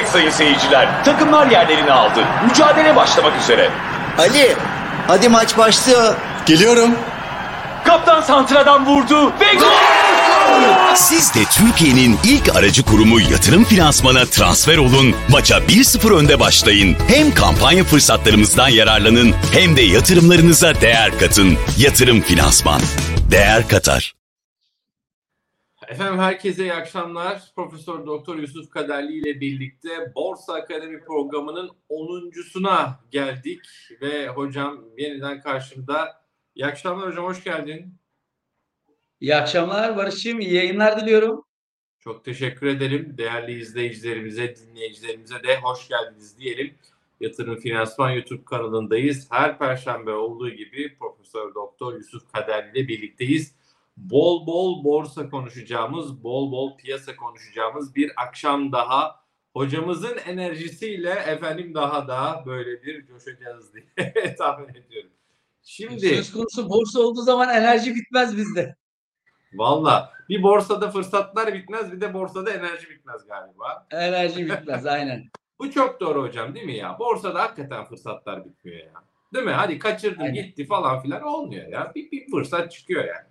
Evet sayın seyirciler, takımlar yerlerini aldı. Mücadele başlamak üzere. Ali, hadi maç başlıyor. Geliyorum. Kaptan santradan vurdu ve gol! Siz de Türkiye'nin ilk aracı kurumu Yatırım Finansman'a transfer olun, maça 1-0 önde başlayın. Hem kampanya fırsatlarımızdan yararlanın hem de yatırımlarınıza değer katın. Yatırım Finansman. Değer katar. Efendim herkese iyi akşamlar. Profesör Doktor Yusuf Kaderli ile birlikte Borsa Akademi programının 10.suna geldik ve hocam yeniden karşımda. İyi akşamlar hocam, hoş geldin. İyi akşamlar Barış'cığım, iyi yayınlar diliyorum. Çok teşekkür ederim. Değerli izleyicilerimize, dinleyicilerimize de hoş geldiniz diyelim. Yatırım Finansman YouTube kanalındayız. Her perşembe olduğu gibi Profesör Doktor Yusuf Kaderli ile birlikteyiz. Bol bol borsa konuşacağımız, bol bol piyasa konuşacağımız bir akşam daha. Hocamızın enerjisiyle efendim daha da böyle bir coşacağız diye tahmin ediyorum. Şimdi Söz konusu borsa olduğu zaman enerji bitmez bizde. valla bir borsada fırsatlar bitmez, bir de borsada enerji bitmez galiba. Enerji bitmez aynen. Bu çok doğru hocam, değil mi ya? Borsada hakikaten fırsatlar bitmiyor ya. Değil mi? Hadi kaçırdım Aynen. gitti falan filan olmuyor ya. Bir fırsat çıkıyor yani.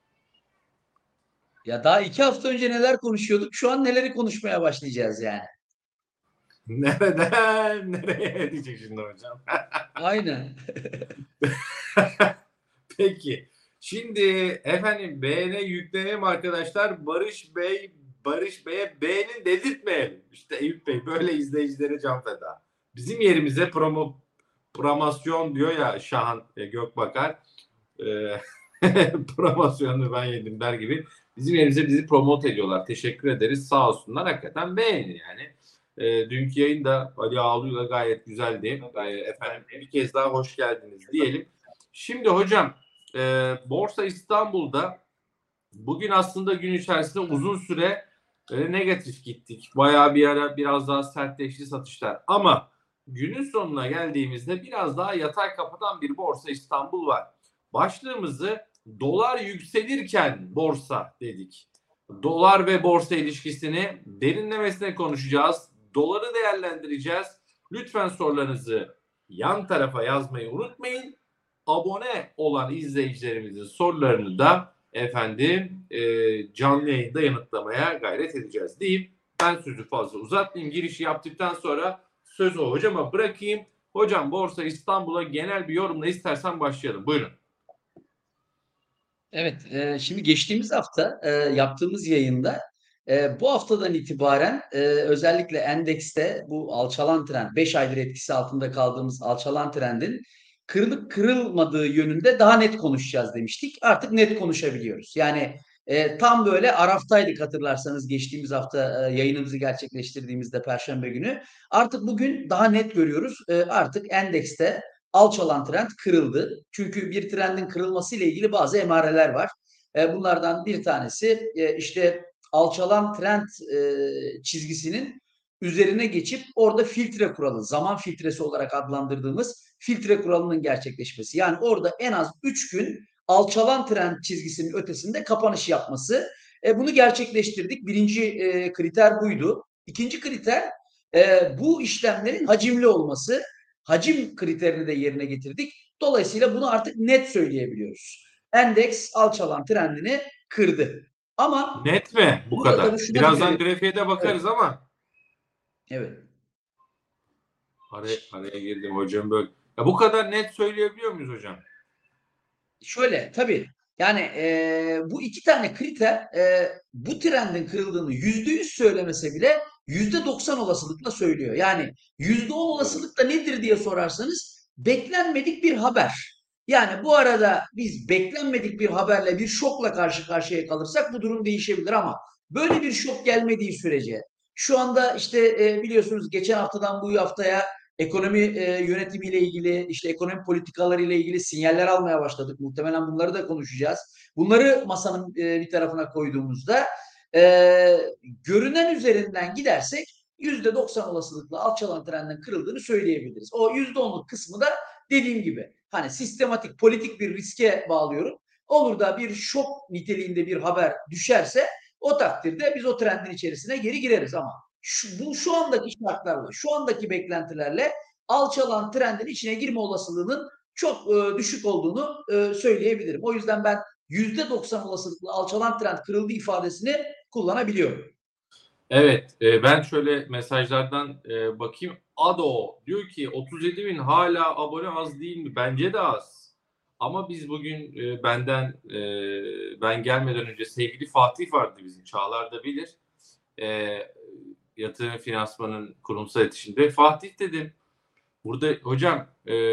Ya daha 2 hafta önce neler konuşuyorduk, şu an neleri konuşmaya başlayacağız yani. Nereden nereye diyecek şimdi hocam? Aynen. Peki. Şimdi efendim beğene yükleyelim arkadaşlar. Barış Bey'e beğenin dedirtmeyelim. İşte Eyüp Bey böyle izleyicilere can feda. Bizim yerimize promosyon diyor ya Şahan Gökbakar. Promosyonu ben yedim der gibi. Bizim yerimize bizi promote ediyorlar. Teşekkür ederiz. Sağ olsunlar. Hakikaten beğenin yani. Dünkü yayın da Ali Ağlu'yla gayet güzeldi. Efendim bir kez daha hoş geldiniz diyelim. Şimdi hocam Borsa İstanbul'da bugün aslında gün içerisinde uzun süre negatif gittik. Bayağı bir ara biraz daha sertleşti satışlar. Ama günün sonuna geldiğimizde biraz daha yatay kapatan bir Borsa İstanbul var. Başlığımızı dolar yükselirken borsa dedik. Dolar ve borsa ilişkisini derinlemesine konuşacağız. Doları değerlendireceğiz. Lütfen sorularınızı yan tarafa yazmayı unutmayın. Abone olan izleyicilerimizin sorularını da efendim canlı yayında yanıtlamaya gayret edeceğiz diyeyim. Ben sözü fazla uzatmayayım. Girişi yaptıktan sonra sözü hocama bırakayım. Hocam Borsa İstanbul'a genel bir yorumla istersen başlayalım. Buyurun. Evet, şimdi geçtiğimiz hafta yaptığımız yayında bu haftadan itibaren özellikle endekste bu alçalan trend, 5 aydır etkisi altında kaldığımız alçalan trendin kırılıp kırılmadığı yönünde daha net konuşacağız demiştik. Artık net konuşabiliyoruz. Yani tam böyle araftaydık hatırlarsanız geçtiğimiz hafta yayınımızı gerçekleştirdiğimizde Perşembe günü. Artık bugün daha net görüyoruz. Artık endekste alçalan trend kırıldı. Çünkü bir trendin kırılması ile ilgili bazı emareler var. Bunlardan bir tanesi işte alçalan trend çizgisinin üzerine geçip orada filtre kuralı, zaman filtresi olarak adlandırdığımız filtre kuralının gerçekleşmesi. Yani orada en az 3 gün alçalan trend çizgisinin ötesinde kapanış yapması. Bunu gerçekleştirdik. Birinci kriter buydu. İkinci kriter bu işlemlerin hacimli olması. Hacim kriterini de yerine getirdik. Dolayısıyla bunu artık net söyleyebiliyoruz. Endeks alçalan trendini kırdı. Ama Net mi bu kadar? Birazdan grafiğe de bakarız evet. ama. Evet. Araya girdim hocam böyle. Ya bu kadar net söyleyebiliyor muyuz hocam? Şöyle tabii yani bu iki tane kriter bu trendin kırıldığını %100 söylemese bile %90 olasılıkla söylüyor. Yani %10 olasılıkla nedir diye sorarsanız beklenmedik bir haber. Yani bu arada biz beklenmedik bir haberle bir şokla karşı karşıya kalırsak bu durum değişebilir ama böyle bir şok gelmediği sürece şu anda işte biliyorsunuz geçen haftadan bu haftaya ekonomi yönetimiyle ilgili, işte ekonomi politikaları ile ilgili sinyaller almaya başladık. Muhtemelen bunları da konuşacağız. Bunları masanın bir tarafına koyduğumuzda görünen üzerinden gidersek %90 olasılıkla alçalan trendin kırıldığını söyleyebiliriz. O %10'luk kısmı da dediğim gibi hani sistematik politik bir riske bağlıyorum. Olur da bir şok niteliğinde bir haber düşerse o takdirde biz o trendin içerisine geri gireriz ama şu andaki şartlarla, şu andaki beklentilerle alçalan trendin içine girme olasılığının çok düşük olduğunu söyleyebilirim. O yüzden ben %90 olasılıkla alçalan trend kırıldı ifadesini kullanabiliyorum. Evet, ben şöyle mesajlardan bakayım. Ado diyor ki 37 bin hala abone az değil mi? Bence de az. Ama biz bugün ben gelmeden önce sevgili Fatih vardı bizim. Çağlar da bilir. E, Yatırım finansmanın kurumsal iletişimde. Fatih dedim. Burada hocam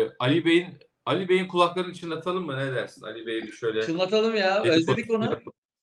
Ali Bey'in kulaklarını çınlatalım mı? Ne dersin? Ali Bey'i bir şöyle Çınlatalım ya. Özledik onu.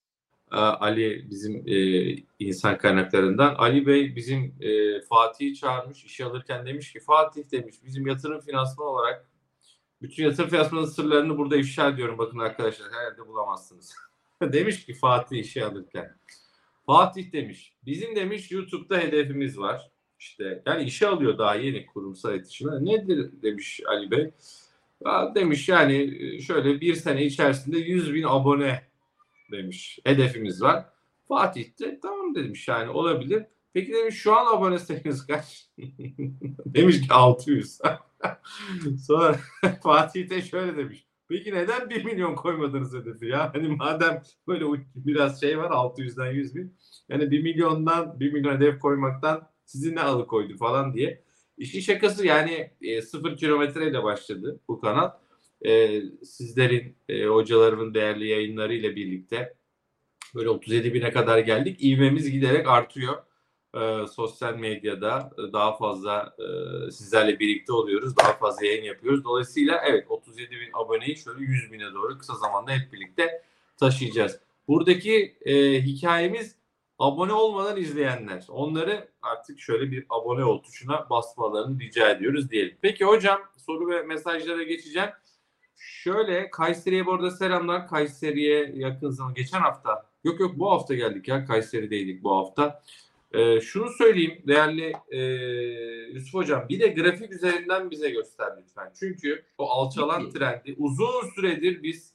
Ali bizim insan kaynaklarından. Ali Bey bizim Fatih'i çağırmış işe alırken demiş ki Fatih demiş bizim yatırım finansman olarak bütün yatırım finansmanın sırlarını burada ifşa ediyorum. Bakın arkadaşlar herhalde bulamazsınız. Demiş ki Fatih işe alırken. Fatih demiş bizim demiş YouTube'da hedefimiz var. İşte yani işe alıyor daha yeni kurumsal iletişime. Nedir demiş Ali Bey. Demiş yani şöyle bir sene içerisinde 100 bin abone demiş. Hedefimiz var. Fatih de tamam demiş yani olabilir. Peki demiş şu an abone sayınız kaç? Demiş ki 600. Sonra Fatih de şöyle demiş. Peki neden 1 milyon koymadınız hedefi ya? Hani madem böyle biraz şey var 600'den 100 bin. Yani 1 milyondan 1 milyon hedef koymaktan sizi ne alıkoydu falan diye. İşin şakası yani 0 kilometreyle başladı bu kanal. Sizlerin, hocalarımın değerli yayınlarıyla birlikte böyle 37 bine kadar geldik. İvmemiz giderek artıyor. Sosyal medyada daha fazla sizlerle birlikte oluyoruz. Daha fazla yayın yapıyoruz. Dolayısıyla evet 37 bin aboneyi şöyle 100 bine doğru kısa zamanda hep birlikte taşıyacağız. Buradaki hikayemiz abone olmadan izleyenler. Onları artık şöyle bir abone ol tuşuna basmalarını rica ediyoruz diyelim. Peki hocam soru ve mesajlara geçeceğim. Şöyle Kayseri'ye bu arada selamlar. Kayseri'ye yakın zaman geçen hafta yok bu hafta geldik ya Kayseri'deydik bu hafta. Şunu söyleyeyim değerli Yusuf Hocam bir de grafik üzerinden bize göster lütfen. Çünkü o alçalan trendi uzun süredir biz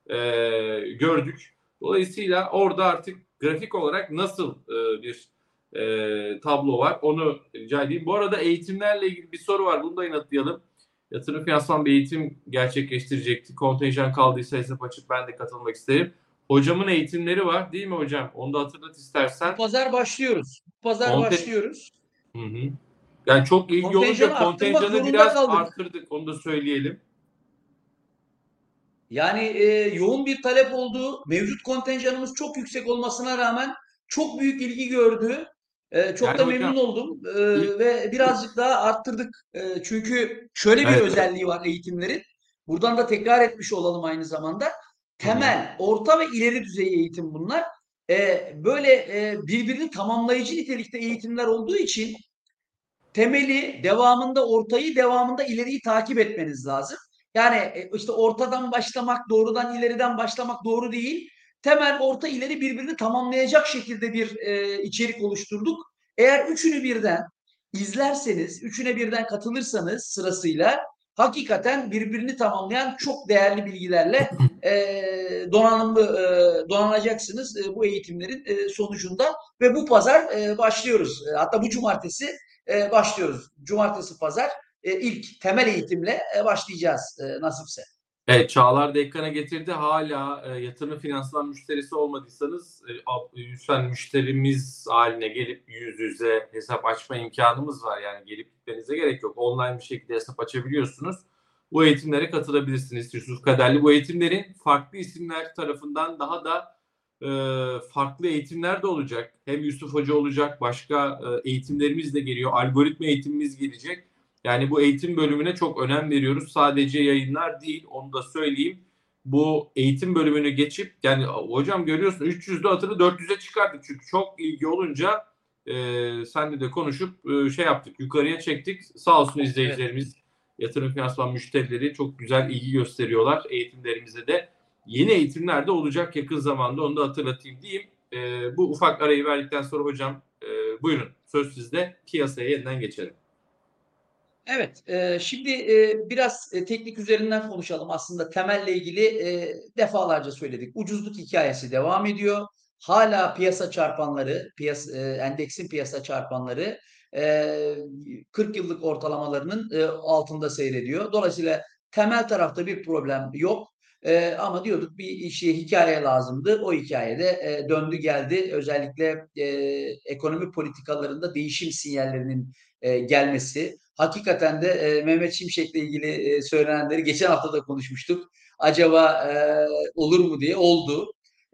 gördük. Dolayısıyla orada artık grafik olarak nasıl bir tablo var onu rica edeyim. Bu arada eğitimlerle ilgili bir soru var. Bunu da yanıtlayalım. Yatırım finansman bir eğitim gerçekleştirecekti. Kontenjan kaldıysa hesap açıp ben de katılmak isterim. Hocamın eğitimleri var değil mi hocam? Onu da hatırlat istersen. Bu pazar başlıyoruz. Başlıyoruz. Hı hı. Yani çok ilgi olunca kontenjanı biraz arttırdık. Onu da söyleyelim. Yani yoğun bir talep olduğu, mevcut kontenjanımız çok yüksek olmasına rağmen çok büyük ilgi gördü. Çok yani da hocam, memnun oldum ve birazcık daha arttırdık. Çünkü şöyle bir özelliği var eğitimlerin. Buradan da tekrar etmiş olalım aynı zamanda. Temel, orta ve ileri düzey eğitim bunlar. Böyle birbirini tamamlayıcı nitelikte eğitimler olduğu için temeli, devamında ortayı, devamında ileriyi takip etmeniz lazım. Yani işte ortadan başlamak, doğrudan ileriden başlamak doğru değil. Temel, orta, ileri birbirini tamamlayacak şekilde bir içerik oluşturduk. Eğer üçünü birden izlerseniz, üçüne birden katılırsanız sırasıyla hakikaten birbirini tamamlayan çok değerli bilgilerle donanacaksınız bu eğitimlerin sonucunda ve bu pazar başlıyoruz. Hatta bu cumartesi başlıyoruz. Cumartesi, pazar ilk temel eğitimle başlayacağız nasipse. Evet, Çağlar da ekrana getirdi. Hala yatırım finansman müşterisi olmadıysanız lütfen müşterimiz haline gelip yüz yüze hesap açma imkanımız var. Yani gelip gitmenize gerek yok. Online bir şekilde hesap açabiliyorsunuz. Bu eğitimlere katılabilirsiniz. Yusuf Kaderli. Bu eğitimlerin farklı isimler tarafından daha da farklı eğitimler de olacak. Hem Yusuf Hoca olacak, başka eğitimlerimiz de geliyor. Algoritma eğitimimiz gelecek. Yani bu eğitim bölümüne çok önem veriyoruz. Sadece yayınlar değil, onu da söyleyeyim. Bu eğitim bölümünü geçip, yani hocam görüyorsun 300'de atını 400'e çıkardık. Çünkü çok ilgi olunca senle de konuşup şey yaptık, yukarıya çektik. Sağ olsun izleyicilerimiz, evet. Yatırım finansman müşterileri çok güzel ilgi gösteriyorlar eğitimlerimize de. Yeni eğitimler de olacak yakın zamanda, onu da hatırlatayım diyeyim. Bu ufak arayı verdikten sonra hocam buyurun söz sizde, piyasaya yeniden geçelim. Evet, şimdi biraz teknik üzerinden konuşalım. Aslında temelle ilgili defalarca söyledik. Ucuzluk hikayesi devam ediyor. hala piyasa çarpanları, endeksin piyasa çarpanları 40 yıllık ortalamalarının altında seyrediyor. Dolayısıyla temel tarafta bir problem yok. Ama diyorduk bir hikaye lazımdı. O hikayede döndü geldi. Özellikle ekonomi politikalarında değişim sinyallerinin gelmesi. Hakikaten de Mehmet Şimşek'le ilgili söylenenleri geçen hafta da konuşmuştuk. Acaba olur mu diye oldu.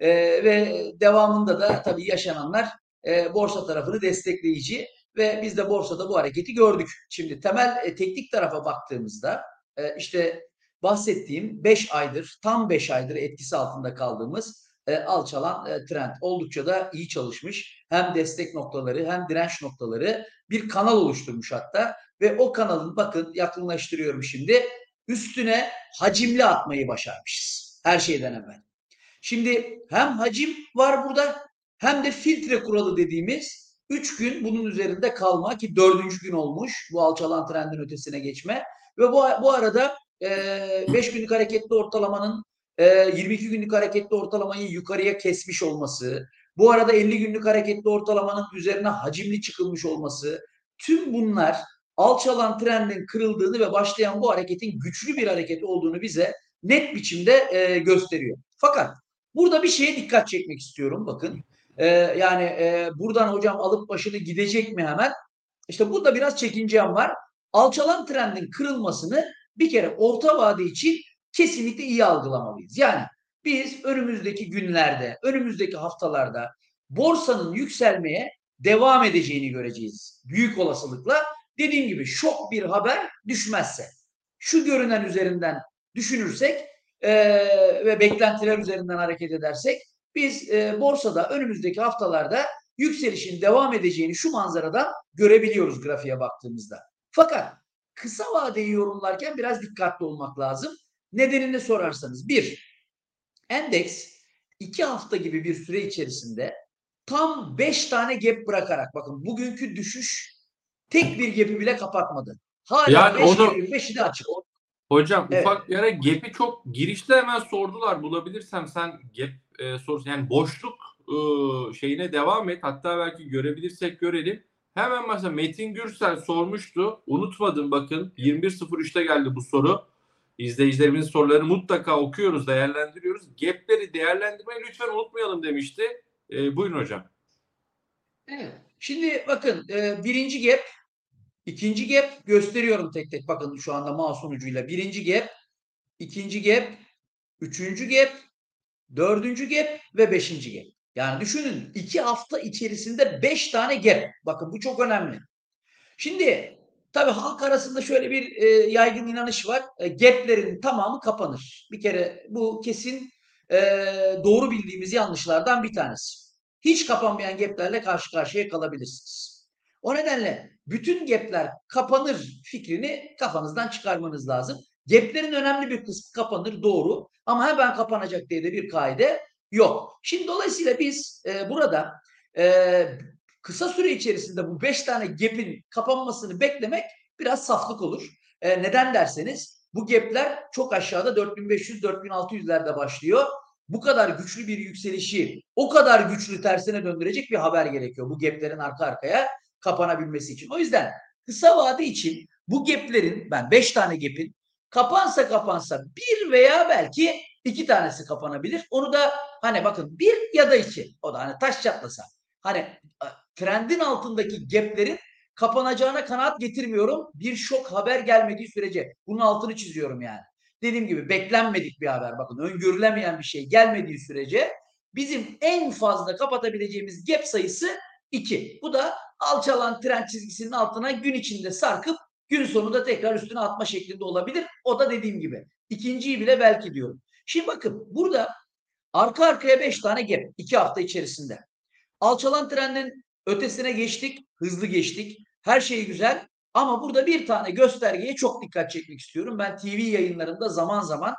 Ve devamında da tabii yaşananlar borsa tarafını destekleyici ve biz de borsada bu hareketi gördük. Şimdi temel teknik tarafa baktığımızda işte bahsettiğim 5 aydır, tam 5 aydır etkisi altında kaldığımız alçalan trend oldukça da iyi çalışmış. Hem destek noktaları hem direnç noktaları bir kanal oluşturmuş hatta ve o kanalın bakın yakınlaştırıyorum şimdi üstüne hacimli atmayı başarmışız her şeyden evvel. Şimdi hem hacim var burada hem de filtre kuralı dediğimiz 3 gün bunun üzerinde kalma ki 4. gün olmuş bu alçalan trendin ötesine geçme ve bu arada 5 günlük hareketli ortalamanın 22 günlük hareketli ortalamayı yukarıya kesmiş olması, bu arada 50 günlük hareketli ortalamanın üzerine hacimli çıkılmış olması, tüm bunlar alçalan trendin kırıldığını ve başlayan bu hareketin güçlü bir hareket olduğunu bize net biçimde gösteriyor. Fakat burada bir şeye dikkat çekmek istiyorum bakın. Buradan hocam alıp başını gidecek mi hemen? İşte burada biraz çekincem var. Alçalan trendin kırılmasını bir kere orta vade için kesinlikle iyi algılamalıyız. Yani biz önümüzdeki günlerde, önümüzdeki haftalarda borsanın yükselmeye devam edeceğini göreceğiz. Büyük olasılıkla dediğim gibi şok bir haber düşmezse. Şu görünen üzerinden düşünürsek ve beklentiler üzerinden hareket edersek biz borsada önümüzdeki haftalarda yükselişin devam edeceğini şu manzaradan görebiliyoruz grafiğe baktığımızda. Fakat kısa vadeyi yorumlarken biraz dikkatli olmak lazım. Nedenini sorarsanız endeks 2 hafta gibi bir süre içerisinde tam 5 tane gap bırakarak bakın bugünkü düşüş tek bir gap'i bile kapatmadı. Hala yani 5.25'i de açık. Hocam evet. Ufak bir ara gap'i çok girişte hemen sordular. Bulabilirsem sen gap sorusu yani boşluk şeyine devam et. Hatta belki görebilirsek görelim. Hemen mesela Metin Gürsel sormuştu. Unutmadım bakın 21.03'te geldi bu soru. İzleyicilerimizin sorularını mutlaka okuyoruz, değerlendiriyoruz. Gap'leri değerlendirmeyi lütfen unutmayalım demişti. Buyurun hocam. Evet. Şimdi bakın birinci gap, ikinci gap gösteriyorum tek tek. Bakın şu anda mouse'un ucuyla. Birinci gap, ikinci gap, üçüncü gap, dördüncü gap ve beşinci gap. Yani düşünün 2 hafta içerisinde 5 tane gap. Bakın bu çok önemli. Şimdi tabii halk arasında şöyle bir yaygın inanış var. Gap'lerin tamamı kapanır. Bir kere bu kesin doğru bildiğimiz yanlışlardan bir tanesi. Hiç kapanmayan gap'lerle karşı karşıya kalabilirsiniz. O nedenle bütün gap'ler kapanır fikrini kafanızdan çıkarmanız lazım. Gap'lerin önemli bir kısmı kapanır doğru ama hemen kapanacak diye de bir kaide yok. Şimdi dolayısıyla biz burada kısa süre içerisinde bu 5 tane gap'in kapanmasını beklemek biraz saflık olur. Neden derseniz bu gap'ler çok aşağıda 4500-4600'lerde başlıyor. Bu kadar güçlü bir yükselişi o kadar güçlü tersine döndürecek bir haber gerekiyor bu gap'lerin arka arkaya kapanabilmesi için. O yüzden kısa vade için bu gap'lerin ben 5 tane gap'in kapansa bir veya belki 2 tanesi kapanabilir. Onu da hani bakın 1 ya da 2 o da hani taş çatlasa. Hani trendin altındaki gap'lerin kapanacağına kanaat getirmiyorum. Bir şok haber gelmediği sürece. Bunun altını çiziyorum yani. Dediğim gibi beklenmedik bir haber. Bakın öngörülemeyen bir şey gelmediği sürece bizim en fazla kapatabileceğimiz gap sayısı 2. Bu da alçalan trend çizgisinin altına gün içinde sarkıp gün sonunda tekrar üstüne atma şeklinde olabilir. O da dediğim gibi. İkinciyi bile belki diyorum. Şimdi bakın burada arka arkaya 5 tane gap 2 hafta içerisinde. Alçalan trendin ötesine geçtik. Hızlı geçtik. Her şey güzel. Ama burada bir tane göstergeye çok dikkat çekmek istiyorum. Ben TV yayınlarında zaman zaman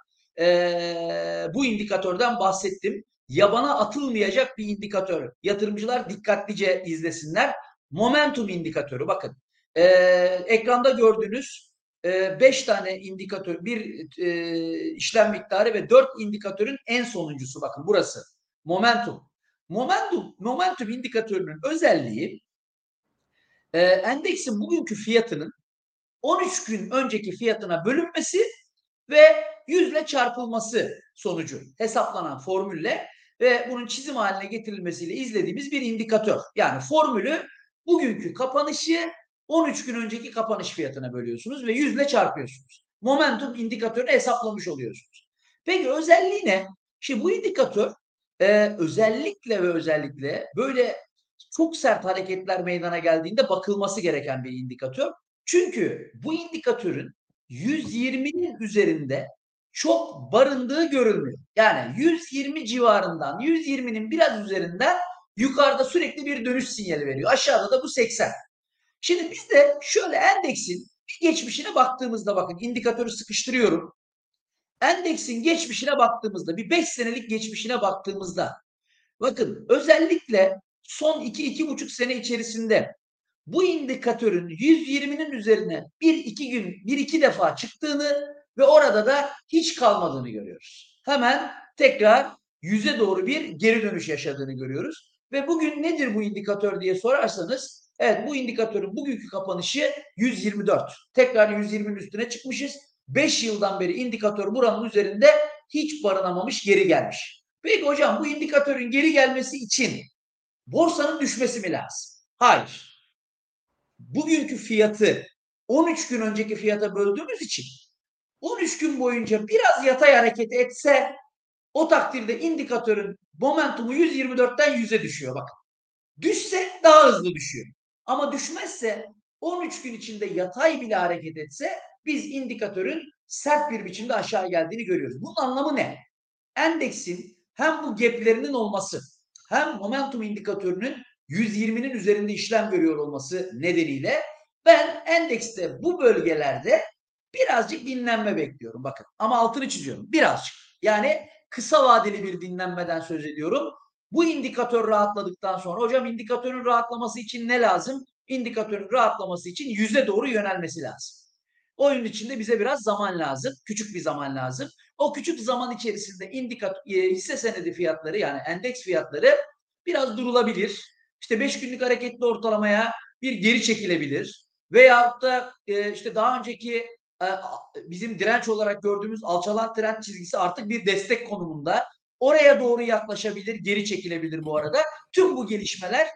bu indikatörden bahsettim. Yabana atılmayacak bir indikatör. Yatırımcılar dikkatlice izlesinler. Momentum indikatörü. Bakın ekranda gördüğünüz 5 tane indikatör, bir işlem miktarı ve 4 indikatörün en sonuncusu. Bakın burası. Momentum. Momentum indikatörünün özelliği endeksin bugünkü fiyatının 13 gün önceki fiyatına bölünmesi ve 100 ile çarpılması sonucu hesaplanan formülle ve bunun çizim haline getirilmesiyle izlediğimiz bir indikatör. Yani formülü bugünkü kapanışı 13 gün önceki kapanış fiyatına bölüyorsunuz ve 100 ile çarpıyorsunuz. Momentum indikatörünü hesaplamış oluyorsunuz. Peki özelliği ne? Şimdi bu indikatör özellikle böyle çok sert hareketler meydana geldiğinde bakılması gereken bir indikatör. Çünkü bu indikatörün 120'nin üzerinde çok barındığı görülmüyor. Yani 120 civarından, 120'nin biraz üzerinden yukarıda sürekli bir dönüş sinyali veriyor. Aşağıda da bu 80. Şimdi biz de şöyle endeksin geçmişine baktığımızda, bakın indikatörü sıkıştırıyorum. Endeksin geçmişine baktığımızda, bir 5 senelik geçmişine baktığımızda, bakın özellikle son 2-2,5 sene içerisinde bu indikatörün 120'nin üzerine 1-2 defa çıktığını ve orada da hiç kalmadığını görüyoruz. Hemen tekrar 100'e doğru bir geri dönüş yaşadığını görüyoruz. Ve bugün nedir bu indikatör diye sorarsanız, evet, bu indikatörün bugünkü kapanışı 124. Tekrar 120'nin üstüne çıkmışız. 5 yıldan beri indikatör buranın üzerinde hiç barınamamış, geri gelmiş. Peki hocam, bu indikatörün geri gelmesi için borsanın düşmesi mi lazım? Hayır. Bugünkü fiyatı 13 gün önceki fiyata böldüğümüz için 13 gün boyunca biraz yatay hareket etse, o takdirde indikatörün momentumu 124'ten 100'e düşüyor. Bakın. Düşse daha hızlı düşüyor. Ama düşmezse, 13 gün içinde yatay bile hareket etse, biz indikatörün sert bir biçimde aşağı geldiğini görüyoruz. Bunun anlamı ne? Endeksin hem bu gap'lerinin olması hem momentum indikatörünün 120'nin üzerinde işlem görüyor olması nedeniyle ben endekste bu bölgelerde birazcık dinlenme bekliyorum. Bakın, ama altını çiziyorum. Birazcık. Yani kısa vadeli bir dinlenmeden söz ediyorum. Bu indikatör rahatladıktan sonra, hocam indikatörün rahatlaması için ne lazım? İndikatörün rahatlaması için 100'e doğru yönelmesi lazım. Oyun içinde bize biraz zaman lazım. Küçük bir zaman lazım. O küçük zaman içerisinde hisse senedi fiyatları, yani endeks fiyatları biraz durulabilir. İşte 5 günlük hareketli ortalamaya bir geri çekilebilir. Veyahut da işte daha önceki bizim direnç olarak gördüğümüz alçalan trend çizgisi artık bir destek konumunda. Oraya doğru yaklaşabilir, geri çekilebilir bu arada. Tüm bu gelişmeler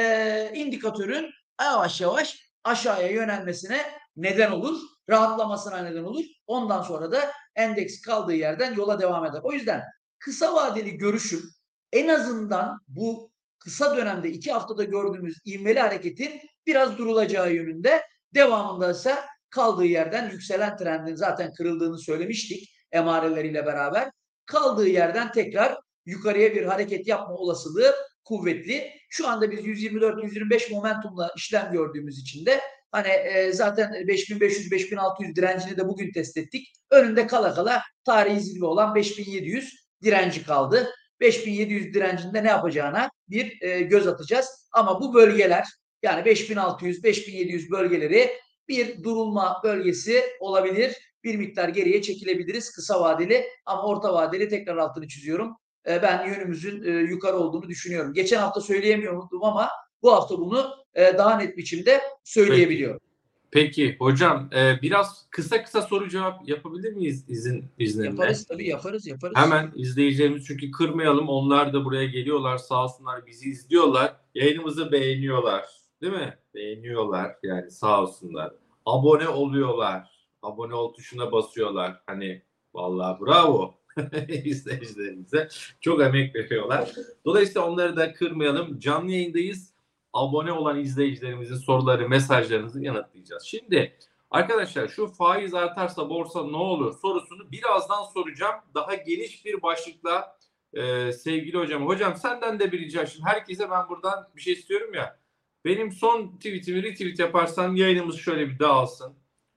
indikatörün yavaş yavaş aşağıya yönelmesine neden olur, rahatlamasına neden olur. Ondan sonra da endeks kaldığı yerden yola devam eder. O yüzden kısa vadeli görüşüm, en azından bu kısa dönemde 2 haftada gördüğümüz ivmeli hareketin biraz durulacağı yönünde, devamında ise kaldığı yerden yükselen trendin zaten kırıldığını söylemiştik emareleriyle beraber. Kaldığı yerden tekrar yukarıya bir hareket yapma olasılığı kuvvetli. Şu anda biz 124-125 momentumla işlem gördüğümüz için de hani zaten 5500-5600 direncini de bugün test ettik. Önünde kala kala tarihi zirve olan 5700 direnci kaldı. 5700 direncinde ne yapacağına bir göz atacağız. Ama bu bölgeler, yani 5600-5700 bölgeleri bir durulma bölgesi olabilir. Bir miktar geriye çekilebiliriz kısa vadeli, ama orta vadeli tekrar altını çiziyorum. Ben yönümüzün yukarı olduğunu düşünüyorum. Geçen hafta söyleyemiyordum ama bu hafta bunu daha net biçimde söyleyebiliyorum. Peki hocam, biraz kısa soru cevap yapabilir miyiz izninle? Yaparız tabii, yaparız. Hemen izleyicilerimiz, çünkü kırmayalım. Onlar da buraya geliyorlar, sağ olsunlar, bizi izliyorlar. Yayınımızı beğeniyorlar. Değil mi? Beğeniyorlar yani, sağ olsunlar. Abone oluyorlar. Abone ol tuşuna basıyorlar. Hani vallahi bravo izleyicilerimize. Çok emek veriyorlar. Dolayısıyla onları da kırmayalım. Canlı yayındayız. Abone olan izleyicilerimizin soruları, mesajlarınızı yanıtlayacağız. Şimdi arkadaşlar, şu faiz artarsa borsa ne olur sorusunu birazdan soracağım. Daha geniş bir başlıkla sevgili hocam. Hocam senden de bir rica. Şimdi herkese ben buradan bir şey istiyorum ya. Benim son tweetimi retweet yaparsan yayınımız şöyle bir dağılsın.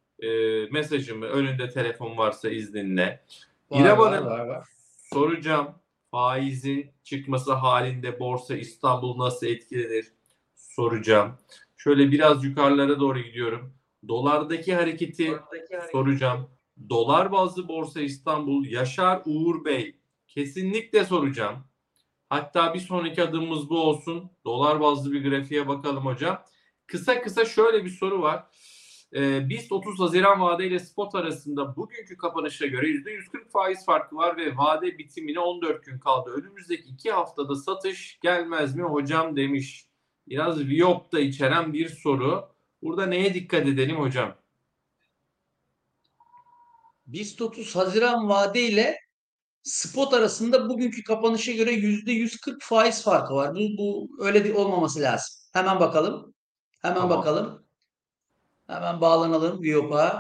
Mesajımı, önünde telefon varsa izninle. İrem Hanım, soracağım. Faizin çıkması halinde Borsa İstanbul nasıl etkilenir? Soracağım. Şöyle biraz yukarılara doğru gidiyorum. Dolardaki hareketi soracağım. Dolar bazlı Borsa İstanbul, Yaşar Uğur Bey, kesinlikle soracağım. Hatta bir sonraki adımımız bu olsun. Dolar bazlı bir grafiğe bakalım hocam. Kısa şöyle bir soru var. BIST 30 Haziran vade ile spot arasında bugünkü kapanışa göre %140 faiz farkı var ve vade bitimine 14 gün kaldı. Önümüzdeki 2 haftada satış gelmez mi hocam demiş. Biraz viyop da içeren bir soru. Burada neye dikkat edelim hocam? BIST 30 Haziran vade ile spot arasında bugünkü kapanışa göre %140 faiz farkı var. Bu öyle olmaması lazım. Hemen bakalım. Tamam. Bakalım. Hemen bağlanalım Viyop'a.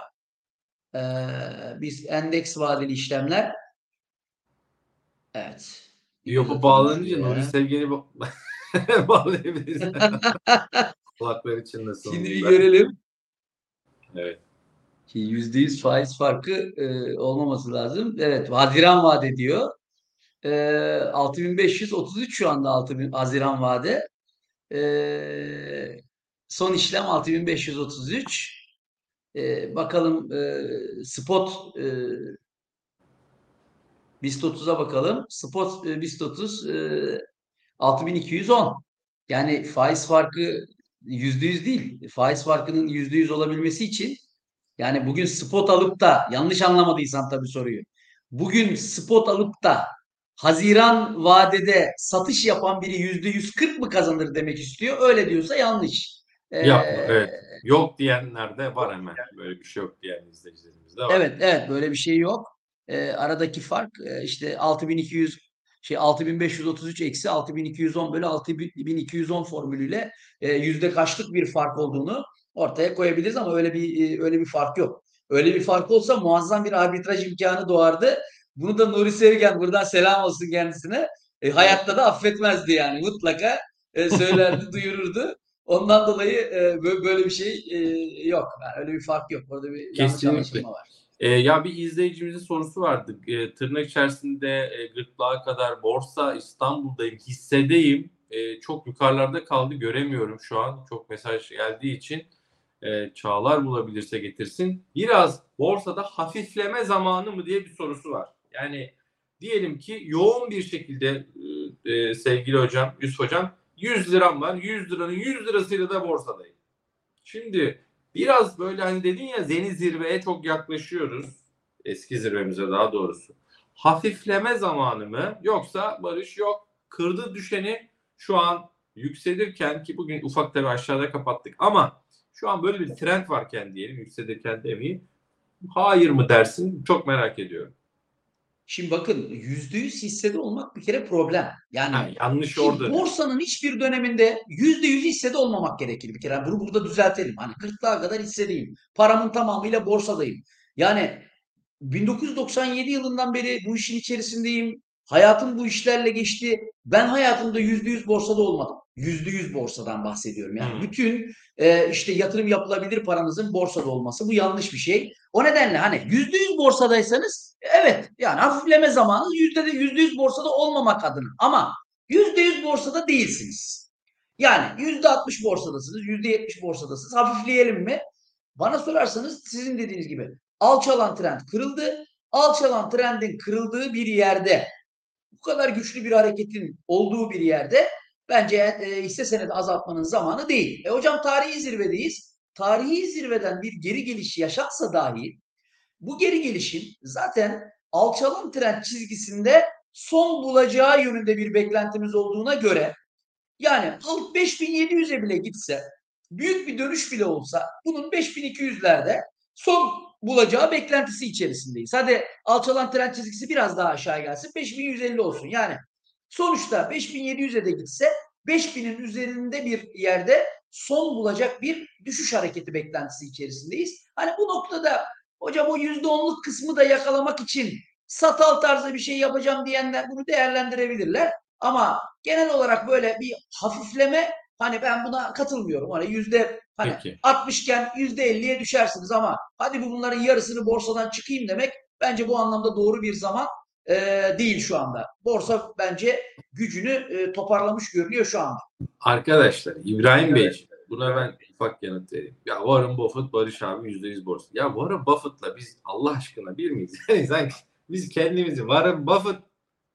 Biz endeks vadeli işlemler. Evet. Viyop'a bağlanınca Nuri Sevgen'i bağlayabiliriz. Kulakları çınlasın. Şimdi bir görelim. Evet. Ki %100 faiz farkı olmaması lazım. Evet, Haziran vade diyor. 6533 şu anda 6000 Haziran vade. Son işlem 6533. Bakalım spot BIST 30'a bakalım. Spot BIST 30 6210. Yani faiz farkı %100 değil. Faiz farkının %100 olabilmesi için yani bugün spot alıp da yanlış anlamadıysam tabii soruyu. Bugün spot alıp da Haziran vadede satış yapan biri %140 mı kazanır demek istiyor. Öyle diyorsa yanlış. Evet. Yok diyenler de var hemen. Böyle bir şey yok diyen izleyicilerimiz de var. Evet böyle bir şey yok. Aradaki fark işte 6533 eksi 6210 bölü 6210 formülüyle yüzde kaçlık bir fark olduğunu ortaya koyabiliriz ama öyle bir fark yok. Öyle bir fark olsa muazzam bir arbitraj imkanı doğardı. Bunu da Nuri Sevgen buradan selam olsun kendisine. Hayatta da affetmezdi yani. Mutlaka söylerdi, duyururdu. Ondan dolayı böyle bir şey yok. Yani öyle bir fark yok. Orada bir yanlış anlaşılma var. Ya bir izleyicimizin sorusu vardı. Tırnak içerisinde gırtlağa kadar Borsa İstanbul'dayım, hissedeyim. Çok yukarılarda kaldı, göremiyorum şu an. Çok mesaj geldiği için Çağlar bulabilirse getirsin. Biraz borsada hafifleme zamanı mı diye bir sorusu var. Yani diyelim ki yoğun bir şekilde sevgili hocam, Yusuf hocam 100 liram var. 100 liranın 100 lirasıyla da borsadayım. Şimdi biraz böyle hani dedin ya yeni zirveye çok yaklaşıyoruz. Eski zirvemize daha doğrusu. Hafifleme zamanı mı? Yoksa Barış yok. Kırdı düşeni şu an yükselirken ki bugün ufak tabii aşağıda kapattık ama şu an böyle bir trend varken diyelim yükselirken demeyeyim. Hayır mı dersin? Çok merak ediyorum. Şimdi bakın %100 hissede olmak bir kere problem. Yani yanlış orada. Borsanın hiçbir döneminde %100 hissede olmamak gerekir bir kere. Yani bunu burada düzeltelim. Hani 40'lığa kadar hissedeyim. Paramın tamamıyla borsadayım. Yani 1997 yılından beri bu işin içerisindeyim. Hayatım bu işlerle geçti. Ben hayatımda %100 borsada olmadım. %100 borsadan bahsediyorum. Yani bütün işte yatırım yapılabilir paranızın borsada olması bu yanlış bir şey. O nedenle hani %100 borsadaysanız evet yani hafifleme zamanı %100 borsada olmamak adına. Ama %100 borsada değilsiniz. Yani %60 borsadasınız, %70 borsadasınız. Hafifleyelim mi? Bana sorarsanız sizin dediğiniz gibi alçalan trend kırıldı. Alçalan trendin kırıldığı bir yerde bu kadar güçlü bir hareketin olduğu bir yerde bence hisse senedi azaltmanın zamanı değil. Hocam tarihi zirvedeyiz. Tarihi zirveden bir geri geliş yaşansa dahi bu geri gelişin zaten alçalan trend çizgisinde son bulacağı yönünde bir beklentimiz olduğuna göre yani alt 5700'e bile gitse büyük bir dönüş bile olsa bunun 5200'lerde son bulacağı beklentisi içerisindeyiz. Hadi alçalan trend çizgisi biraz daha aşağı gelsin 5150 olsun. Yani sonuçta 5700'e de gitse 5000'in üzerinde bir yerde son bulacak bir düşüş hareketi beklentisi içerisindeyiz. Hani bu noktada hocam o %10'luk kısmı da yakalamak için satal tarzı bir şey yapacağım diyenler bunu değerlendirebilirler. Ama genel olarak böyle bir hafifleme hani ben buna katılmıyorum. Hani Peki. 60 iken %50'ye düşersiniz ama hadi bunların yarısını borsadan çıkayım demek bence bu anlamda doğru bir zaman değil şu anda. Borsa bence gücünü toparlamış görünüyor şu anda. Arkadaşlar İbrahim Bey buna ben ufak yanıt vereyim. Ya Warren Buffett Barış abi %100 borsa. Ya Warren Buffett'la biz Allah aşkına bir miyiz? Yani biz kendimizi Warren Buffett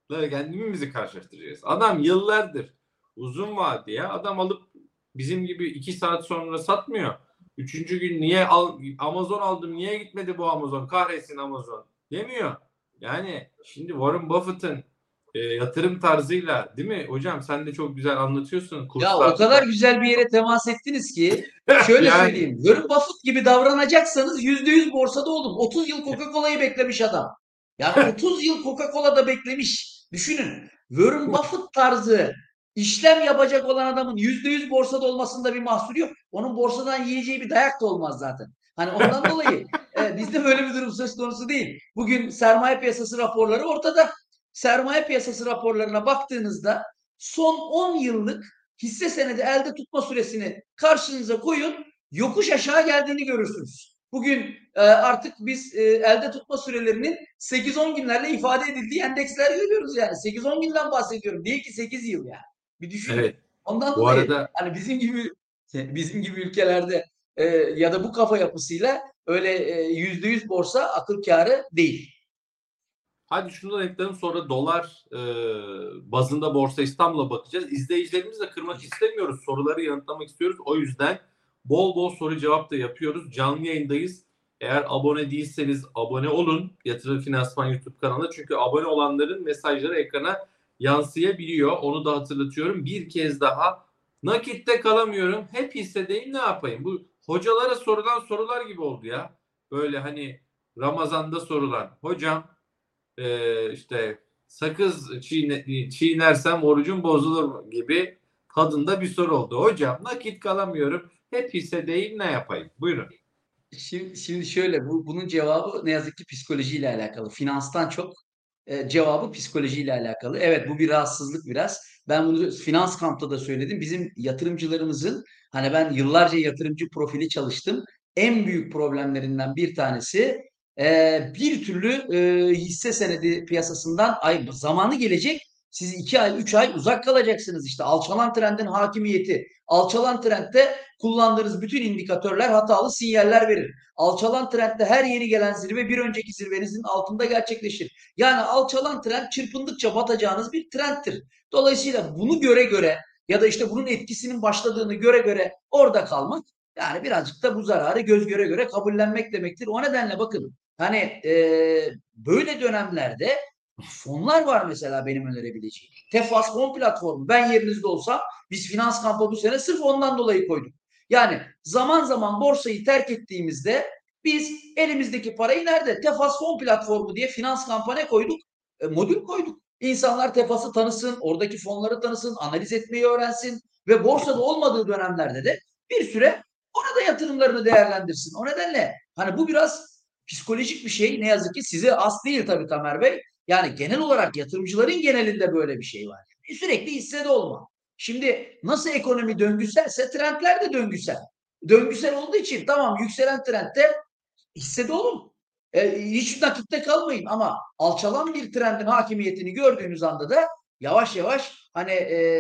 kendimizi karşılaştıracağız. Adam yıllardır uzun vadeye adam alıp bizim gibi 2 saat sonra satmıyor. 3. gün niye Amazon aldım, niye gitmedi bu Amazon, kahretsin Amazon demiyor. Yani şimdi Warren Buffett'ın yatırım tarzıyla, değil mi hocam, sen de çok güzel anlatıyorsun Ya o kadar güzel bir yere temas ettiniz ki şöyle Yani. söyleyeyim. Warren Buffett gibi davranacaksanız %100 borsada olun. 30 yıl Coca-Cola'yı beklemiş adam. Yani 30 yıl Coca-Cola'da beklemiş. Düşünün. Warren Buffett tarzı işlem yapacak olan adamın %100 borsada olmasında bir mahsur yok. Onun borsadan yiyeceği bir dayak da olmaz zaten. Hani ondan dolayı bizde böyle bir durum söz konusu değil. Bugün sermaye piyasası raporları ortada. Sermaye piyasası raporlarına baktığınızda son 10 yıllık hisse senedi elde tutma süresini karşınıza koyun, yokuş aşağı geldiğini görürsünüz. Bugün artık biz elde tutma sürelerinin 8-10 günlerle ifade edildiği endeksler görüyoruz yani. 8-10 günden bahsediyorum. Değil ki 8 yıl yani. Bir düşünün. Evet. Ondan Bu dolayı arada hani bizim gibi ülkelerde ya da bu kafa yapısıyla öyle %100 borsa akıl kârı değil. hadi şunu da ekledim, sonra dolar bazında Borsa İstanbul'a bakacağız. İzleyicilerimizi de kırmak istemiyoruz. Soruları yanıtlamak istiyoruz. O yüzden bol bol soru cevap da yapıyoruz. Canlı yayındayız. Eğer abone değilseniz abone olun Yatırım Finansman YouTube kanalına. Çünkü abone olanların mesajları ekrana yansıyabiliyor. Onu da hatırlatıyorum. Bir kez daha, nakitte kalamıyorum. Hep hissedeyim, ne yapayım? Bu hocalara sorulan sorular gibi oldu ya. Böyle hani Ramazan'da sorulan. Hocam işte sakız çiğnersem orucum bozulur mu gibi tadında bir soru oldu. Hocam nakit kalamıyorum. Hep hissedeyim, ne yapayım? Buyurun. Şimdi şöyle bunun cevabı ne yazık ki psikolojiyle alakalı. Finanstan çok cevabı psikolojiyle alakalı. Evet, bu bir rahatsızlık biraz. Ben bunu finans kampta da söyledim. Bizim yatırımcılarımızın, hani ben yıllarca yatırımcı profili çalıştım. En büyük problemlerinden bir tanesi bir türlü hisse senedi piyasasından zamanı gelecek. Siz 2 ay 3 ay uzak kalacaksınız işte. Alçalan trendin hakimiyeti. Alçalan trendde kullandığınız bütün indikatörler hatalı sinyaller verir. Alçalan trendde her yeni gelen zirve bir önceki zirvenizin altında gerçekleşir. Yani alçalan trend çırpındıkça batacağınız bir trendtir. Dolayısıyla bunu göre göre ya da işte bunun etkisinin başladığını göre göre orada kalmak, yani birazcık da bu zararı göz göre göre kabullenmek demektir. O nedenle bakın hani böyle dönemlerde fonlar var mesela benim önerebileceğim. Tefas fon platformu. Ben yerinizde olsam biz finans kampı bu sene sırf ondan dolayı koyduk. Yani zaman zaman borsayı terk ettiğimizde biz elimizdeki parayı nerede? Tefas fon platformu diye finans kampanya koyduk. Modül koyduk. İnsanlar Tefas'ı tanısın, oradaki fonları tanısın, analiz etmeyi öğrensin ve borsada olmadığı dönemlerde de bir süre orada yatırımlarını değerlendirsin. O nedenle hani bu biraz psikolojik bir şey. Ne yazık ki size az değil tabii Tamer Bey. Yani genel olarak yatırımcıların genelinde böyle bir şey var. Sürekli hissede olma. Şimdi nasıl ekonomi döngüselse trendler de döngüsel. Döngüsel olduğu için tamam, yükselen trendte hissede olun. Hiç nakitte kalmayın ama alçalan bir trendin hakimiyetini gördüğünüz anda da yavaş yavaş hani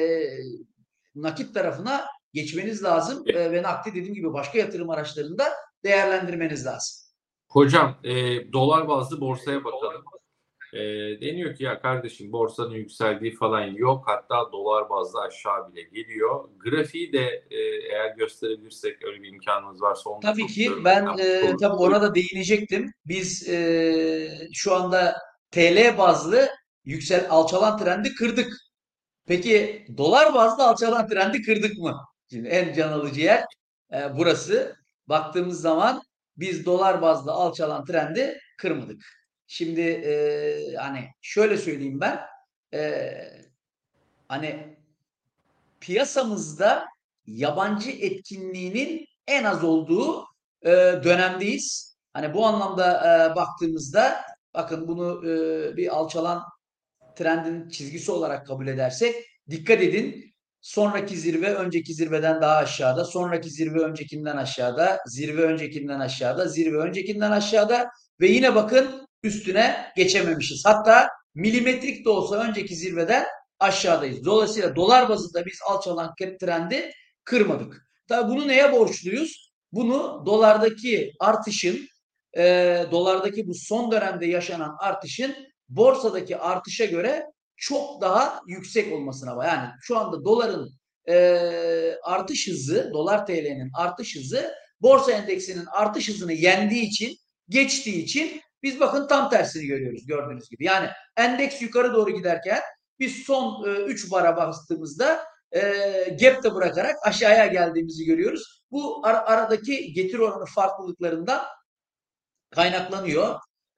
nakit tarafına geçmeniz lazım ve nakdi dediğim gibi başka yatırım araçlarında değerlendirmeniz lazım. Hocam dolar bazlı borsaya bakalım. Deniyor ki ya kardeşim borsanın yükseldiği falan yok. Hatta dolar bazlı aşağı bile geliyor. Grafiği de eğer gösterebilirsek, öyle bir imkanımız varsa onu Tabii çok ki görmek. ben tabii ona da değinecektim. Biz şu anda TL bazlı alçalan trendi kırdık. Peki dolar bazlı alçalan trendi kırdık mı? Şimdi en can alıcı yer burası. Baktığımız zaman biz dolar bazlı alçalan trendi kırmadık. Şimdi hani şöyle söyleyeyim ben, e, hani piyasamızda yabancı etkinliğinin en az olduğu dönemdeyiz. Hani bu anlamda baktığımızda bakın bunu bir alçalan trendin çizgisi olarak kabul edersek dikkat edin. Sonraki zirve önceki zirveden daha aşağıda, sonraki zirve öncekinden aşağıda, zirve öncekinden aşağıda, zirve öncekinden aşağıda ve yine bakın üstüne geçememişiz. Hatta milimetrik de olsa önceki zirveden aşağıdayız. Dolayısıyla dolar bazında biz alçalan trendi kırmadık. Tabii bunu neye borçluyuz? Bunu dolardaki artışın, dolardaki bu son dönemde yaşanan artışın borsadaki artışa göre çok daha yüksek olmasına var. Yani şu anda doların artış hızı, dolar TL'nin artış hızı borsa endeksinin artış hızını yendiği için, geçtiği için biz bakın tam tersini görüyoruz gördüğünüz gibi. Yani endeks yukarı doğru giderken biz son 3 bara bastığımızda gap'te bırakarak aşağıya geldiğimizi görüyoruz. Bu aradaki getiri oranı farklılıklarından kaynaklanıyor.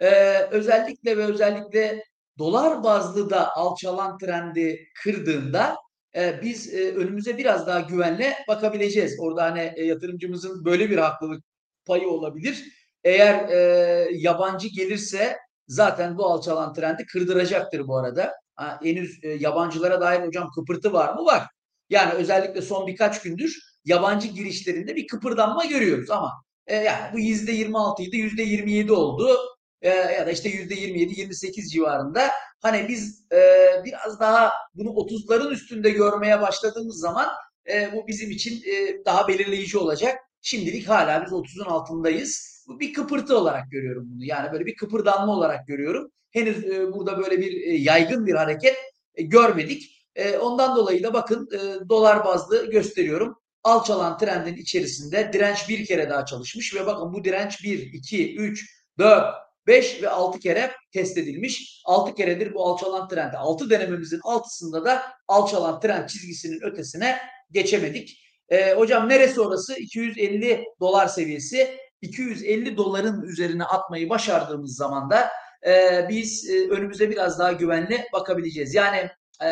Özellikle dolar bazlı da alçalan trendi kırdığında biz önümüze biraz daha güvenle bakabileceğiz. Orada hani yatırımcımızın böyle bir haklılık payı olabilir. Eğer yabancı gelirse zaten bu alçalan trendi kırdıracaktır bu arada. Henüz yabancılara dair hocam kıpırtı var mı? Var. Yani özellikle son birkaç gündür yabancı girişlerinde bir kıpırdanma görüyoruz ama yani bu %26 idi, %27 oldu. Ya da işte %27-28 civarında. Hani biz biraz daha bunu 30'ların üstünde görmeye başladığımız zaman bu bizim için daha belirleyici olacak. Şimdilik hala biz 30'un altındayız. Bu bir kıpırtı olarak görüyorum bunu. Yani böyle bir kıpırdanma olarak görüyorum. Henüz burada böyle bir yaygın bir hareket görmedik. Ondan dolayı da bakın dolar bazlı gösteriyorum. Alçalan trendin içerisinde direnç bir kere daha çalışmış ve bakın bu direnç 1, 2, 3, 4, 5 ve 6 kere test edilmiş. 6 keredir bu alçalan trendi. 6 denememizin altısında da alçalan trend çizgisinin ötesine geçemedik. Hocam neresi orası? 250 dolar seviyesi. 250 doların üzerine atmayı başardığımız zaman da biz önümüze biraz daha güvenli bakabileceğiz. Yani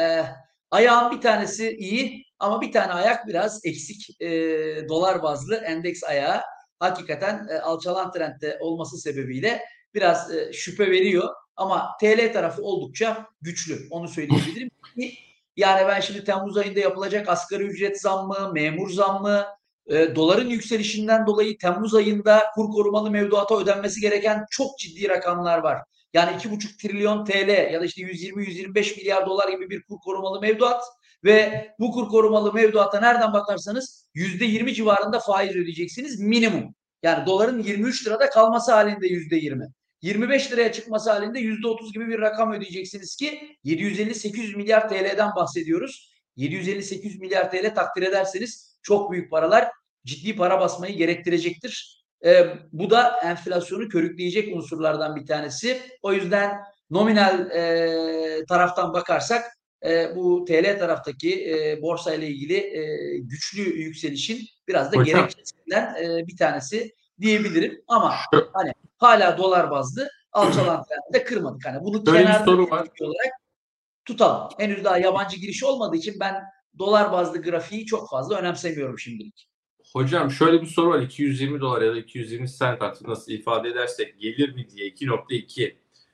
ayağın bir tanesi iyi ama bir tane ayak biraz eksik. Dolar bazlı endeks ayağı hakikaten alçalan trendde olması sebebiyle biraz şüphe veriyor. Ama TL tarafı oldukça güçlü. Onu söyleyebilirim. Yani ben şimdi Temmuz ayında yapılacak asgari ücret zammı, memur zammı, doların yükselişinden dolayı Temmuz ayında kur korumalı mevduata ödenmesi gereken çok ciddi rakamlar var. Yani 2,5 trilyon TL ya da işte 120-125 milyar dolar gibi bir kur korumalı mevduat ve bu kur korumalı mevduata nereden bakarsanız %20 civarında faiz ödeyeceksiniz minimum. Yani doların 23 lirada kalması halinde %20. 25 liraya çıkması halinde %30 gibi bir rakam ödeyeceksiniz ki 750-800 milyar TL'den bahsediyoruz. 750-800 milyar TL takdir ederseniz çok büyük paralar, ciddi para basmayı gerektirecektir. Bu da enflasyonu körükleyecek unsurlardan bir tanesi. O yüzden nominal taraftan bakarsak bu TL taraftaki borsa ile ilgili güçlü yükselişin biraz da gerekçesinden bir tanesi diyebilirim. Ama hani hala dolar bazlı alçalan trendi de kırmadık. Hani bunu kenarda olarak tutalım. Henüz daha yabancı giriş olmadığı için ben dolar bazlı grafiği çok fazla önemsemiyorum şimdilik. Hocam şöyle bir soru var. 220 dolar ya da 220 sent artık nasıl ifade edersek gelir mi diye 2.2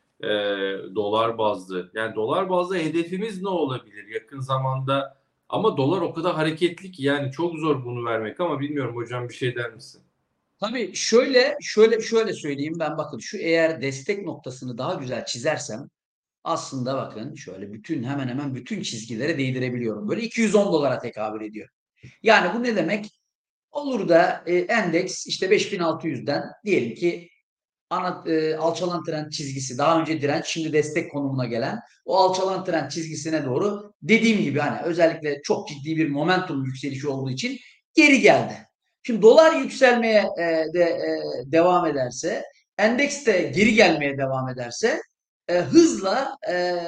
dolar bazlı. Yani dolar bazlı hedefimiz ne olabilir yakın zamanda? Ama dolar o kadar hareketli ki yani çok zor bunu vermek ama bilmiyorum hocam bir şey der misin? Tabii şöyle söyleyeyim ben bakın şu eğer destek noktasını daha güzel çizersem aslında bakın şöyle hemen hemen bütün çizgilere değdirebiliyorum. Böyle 210 dolara tekabül ediyor. Yani bu ne demek? Olur da endeks işte 5600'den diyelim ki alçalan trend çizgisi daha önce direnç şimdi destek konumuna gelen o alçalan trend çizgisine doğru dediğim gibi hani özellikle çok ciddi bir momentum yükselişi olduğu için geri geldi. Şimdi dolar yükselmeye devam ederse endeks de geri gelmeye devam ederse hızla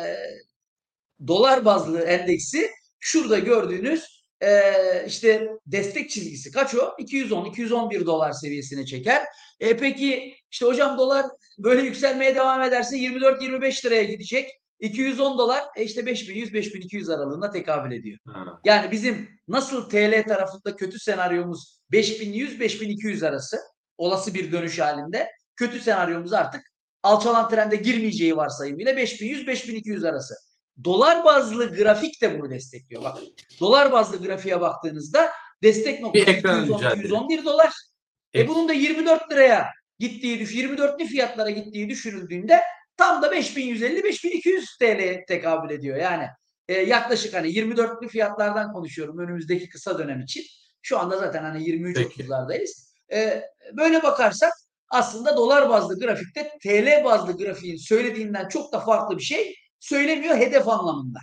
dolar bazlı endeksi şurada gördüğünüz işte destek çizgisi kaç o? 210-211 dolar seviyesine çeker. Peki işte hocam dolar böyle yükselmeye devam ederse 24-25 liraya gidecek. 210 dolar işte 5100-5200 aralığında tekabül ediyor. Yani bizim nasıl TL tarafında kötü senaryomuz 5100-5200 arası olası bir dönüş halinde kötü senaryomuz artık alçalan trende girmeyeceği varsayımıyla 5100-5200 arası. Dolar bazlı grafik de bunu destekliyor. Bak, dolar bazlı grafiğe baktığınızda destek noktası 211 dolar. Bunun da 24 liraya gittiği 24'lü fiyatlara gittiği düşünüldüğünde tam da 5150-5200 TL tekabül ediyor. Yani yaklaşık hani 24'lü fiyatlardan konuşuyorum önümüzdeki kısa dönem için. Şu anda zaten hani 23-30'lardayız. Böyle bakarsak aslında dolar bazlı grafikte TL bazlı grafiğin söylediğinden çok da farklı bir şey söylemiyor hedef anlamında.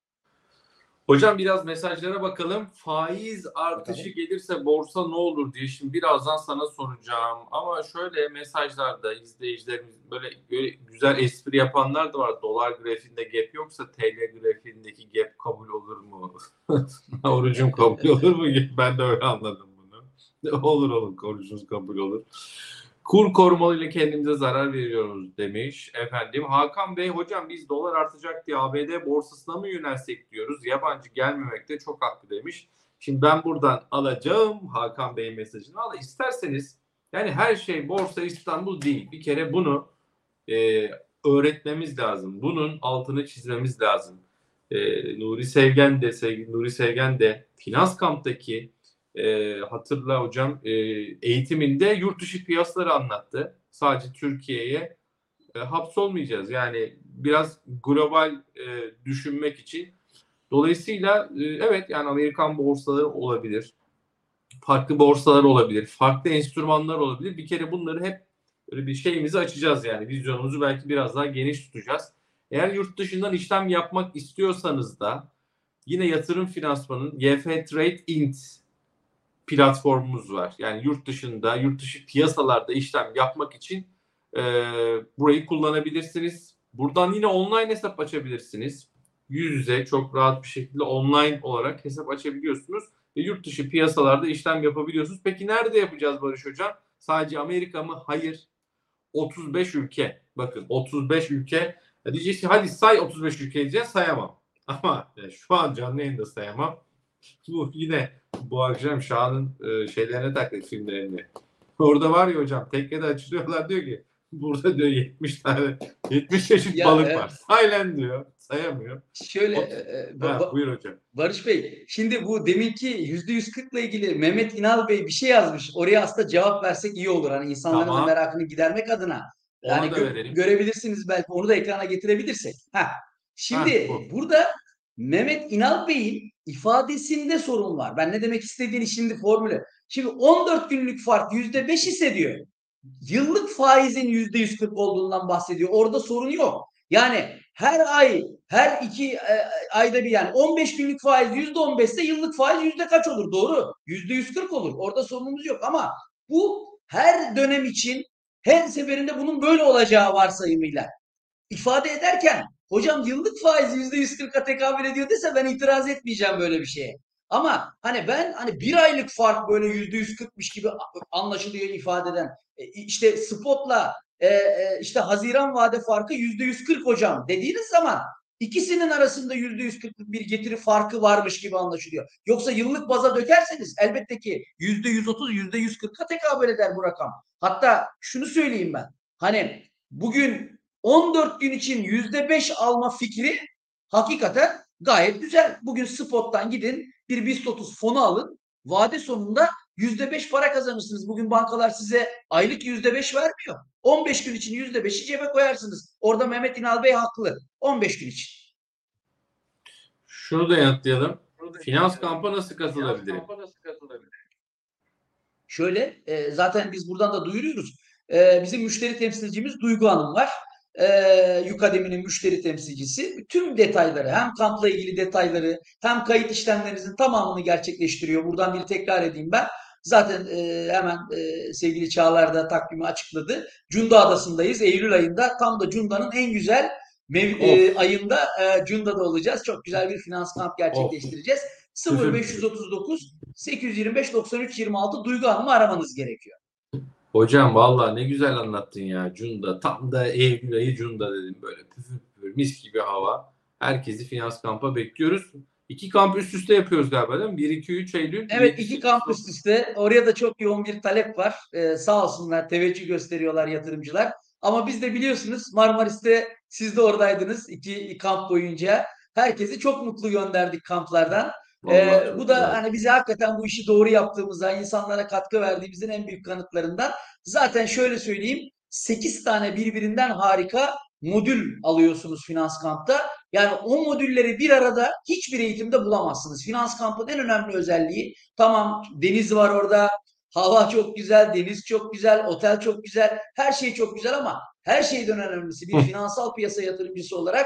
Hocam biraz mesajlara bakalım. Faiz artışı Bakalım. gelirse borsa ne olur diye şimdi birazdan sana soracağım. Ama şöyle mesajlarda izleyicilerimiz böyle güzel espri yapanlar da var. Dolar grafiğinde gap yoksa TL grafiğindeki gap kabul olur mu? Orucum kabul olur mu? Ben de öyle anladım bunu. Olur orucunuz kabul olur. Kur korumalıyla kendimize zarar veriyoruz demiş efendim. Hakan Bey hocam biz dolar artacak diye ABD borsasına mı yönelsek diyoruz. Yabancı gelmemekte çok haklı demiş. Şimdi ben buradan alacağım Hakan Bey'in mesajını. Al isterseniz yani her şey Borsa İstanbul değil. Bir kere bunu öğretmemiz lazım. Bunun altını çizmemiz lazım. Sevgili Nuri Sevgen de Finans Kamp'taki hatırla hocam eğitiminde yurt dışı piyasaları anlattı. Sadece Türkiye'ye hapsolmayacağız. Yani biraz global düşünmek için. Dolayısıyla evet yani Amerikan borsaları olabilir. Farklı borsalar olabilir. Farklı enstrümanlar olabilir. Bir kere bunları hep böyle bir şeyimizi açacağız yani. Vizyonumuzu belki biraz daha geniş tutacağız. Eğer yurt dışından işlem yapmak istiyorsanız da yine yatırım finansmanın YF Trade Int platformumuz var. Yani yurt dışı piyasalarda işlem yapmak için burayı kullanabilirsiniz. Buradan yine online hesap açabilirsiniz. Yüz yüze çok rahat bir şekilde online olarak hesap açabiliyorsunuz ve yurt dışı piyasalarda işlem yapabiliyorsunuz. Peki nerede yapacağız Barış Hocam? Sadece Amerika mı? Hayır. 35 ülke. Bakın 35 ülke. Diyeceğiz ki hadi say 35 ülke diyeceğiz. Sayamam. Ama şu an canlı yayında sayamam. Bu yine bu akşam Şahan'ın şeylerine taktık filmlerini. Orada var ya hocam tekkede açılıyorlar diyor ki burada diyor 70 çeşit balık var. Saylen diyor. Sayamıyor. Şöyle Buyur hocam. Barış Bey, şimdi bu deminki %140 ile ilgili Mehmet İnal Bey bir şey yazmış. Oraya aslında cevap versek iyi olur. Hani insanların da merakını gidermek adına. Yani görebilirsiniz belki onu da ekrana getirebilirsek. Şimdi burada Mehmet İnal Bey'in ifadesinde sorun var. Ben ne demek istediğini şimdi formüle. Şimdi 14 günlük fark %5 ise diyor. Yıllık faizin %140 olduğundan bahsediyor. Orada sorun yok. Yani her ay, her 2 ayda bir yani 15 günlük faiz %15 ise yıllık faiz yüzde kaç olur? Doğru. %140 olur. Orada sorunumuz yok ama bu her dönem için her seferinde bunun böyle olacağı varsayımıyla ifade ederken hocam yıllık faiz %140'a tekabül ediyor dese ben itiraz etmeyeceğim böyle bir şeye. Ama ben bir aylık fark böyle %140'mış gibi anlaşılıyor ifadeden. İşte spotla işte Haziran vade farkı %140 hocam dediğiniz zaman ikisinin arasında %140'lık bir getiri farkı varmış gibi anlaşılıyor. Yoksa yıllık baza dökerseniz elbette ki %130, %140'a tekabül eder bu rakam. Hatta şunu söyleyeyim ben. Hani bugün 14 gün için %5 alma fikri hakikaten gayet güzel. Bugün spottan gidin bir BIST 30 fonu alın. Vade sonunda %5 para kazanırsınız. Bugün bankalar size aylık %5 vermiyor. 15 gün için %5'i cebe koyarsınız. Orada Mehmet İnal Bey haklı. 15 gün için. Şunu da yanıtlayalım. Finans kampa nasıl katılabilirim? Şöyle zaten biz buradan da duyuruyoruz. Bizim müşteri temsilcimiz Duygu Hanım var. Yukademi'nin müşteri temsilcisi tüm detayları hem kampla ilgili detayları hem kayıt işlemlerinizin tamamını gerçekleştiriyor. Buradan bir tekrar edeyim ben. Zaten hemen sevgili Çağlar da takvimi açıkladı. Cunda Adası'ndayız. Eylül ayında tam da Cunda'nın en güzel ayında Cunda'da olacağız. Çok güzel bir finans kamp gerçekleştireceğiz. 0539 825 93 26 Duygu Hanım'ı aramanız gerekiyor. Hocam vallahi ne güzel anlattın ya Cunda. Tam da Eylül ayı Cunda dedim. Böyle püfür püfür mis gibi hava. Herkesi finans kampa bekliyoruz. 2 kamp üst üste yapıyoruz galiba değil mi? 1-2-3 Eylül. Evet 2 kamp üst üste. Oraya da çok yoğun bir talep var. Sağ olsunlar teveccüh gösteriyorlar yatırımcılar. Ama biz de biliyorsunuz Marmaris'te siz de oradaydınız 2 kamp boyunca. Herkesi çok mutlu gönderdik kamplardan. Bu da hani bize hakikaten bu işi doğru yaptığımızda, insanlara katkı verdiğimizin en büyük kanıtlarından. Zaten şöyle söyleyeyim, 8 tane birbirinden harika modül alıyorsunuz finans kampta. Yani o modülleri bir arada hiçbir eğitimde bulamazsınız. Finans kampın en önemli özelliği, tamam deniz var orada, hava çok güzel, deniz çok güzel, otel çok güzel, her şey çok güzel ama her şeyden önemlisi bir finansal piyasa yatırımcısı olarak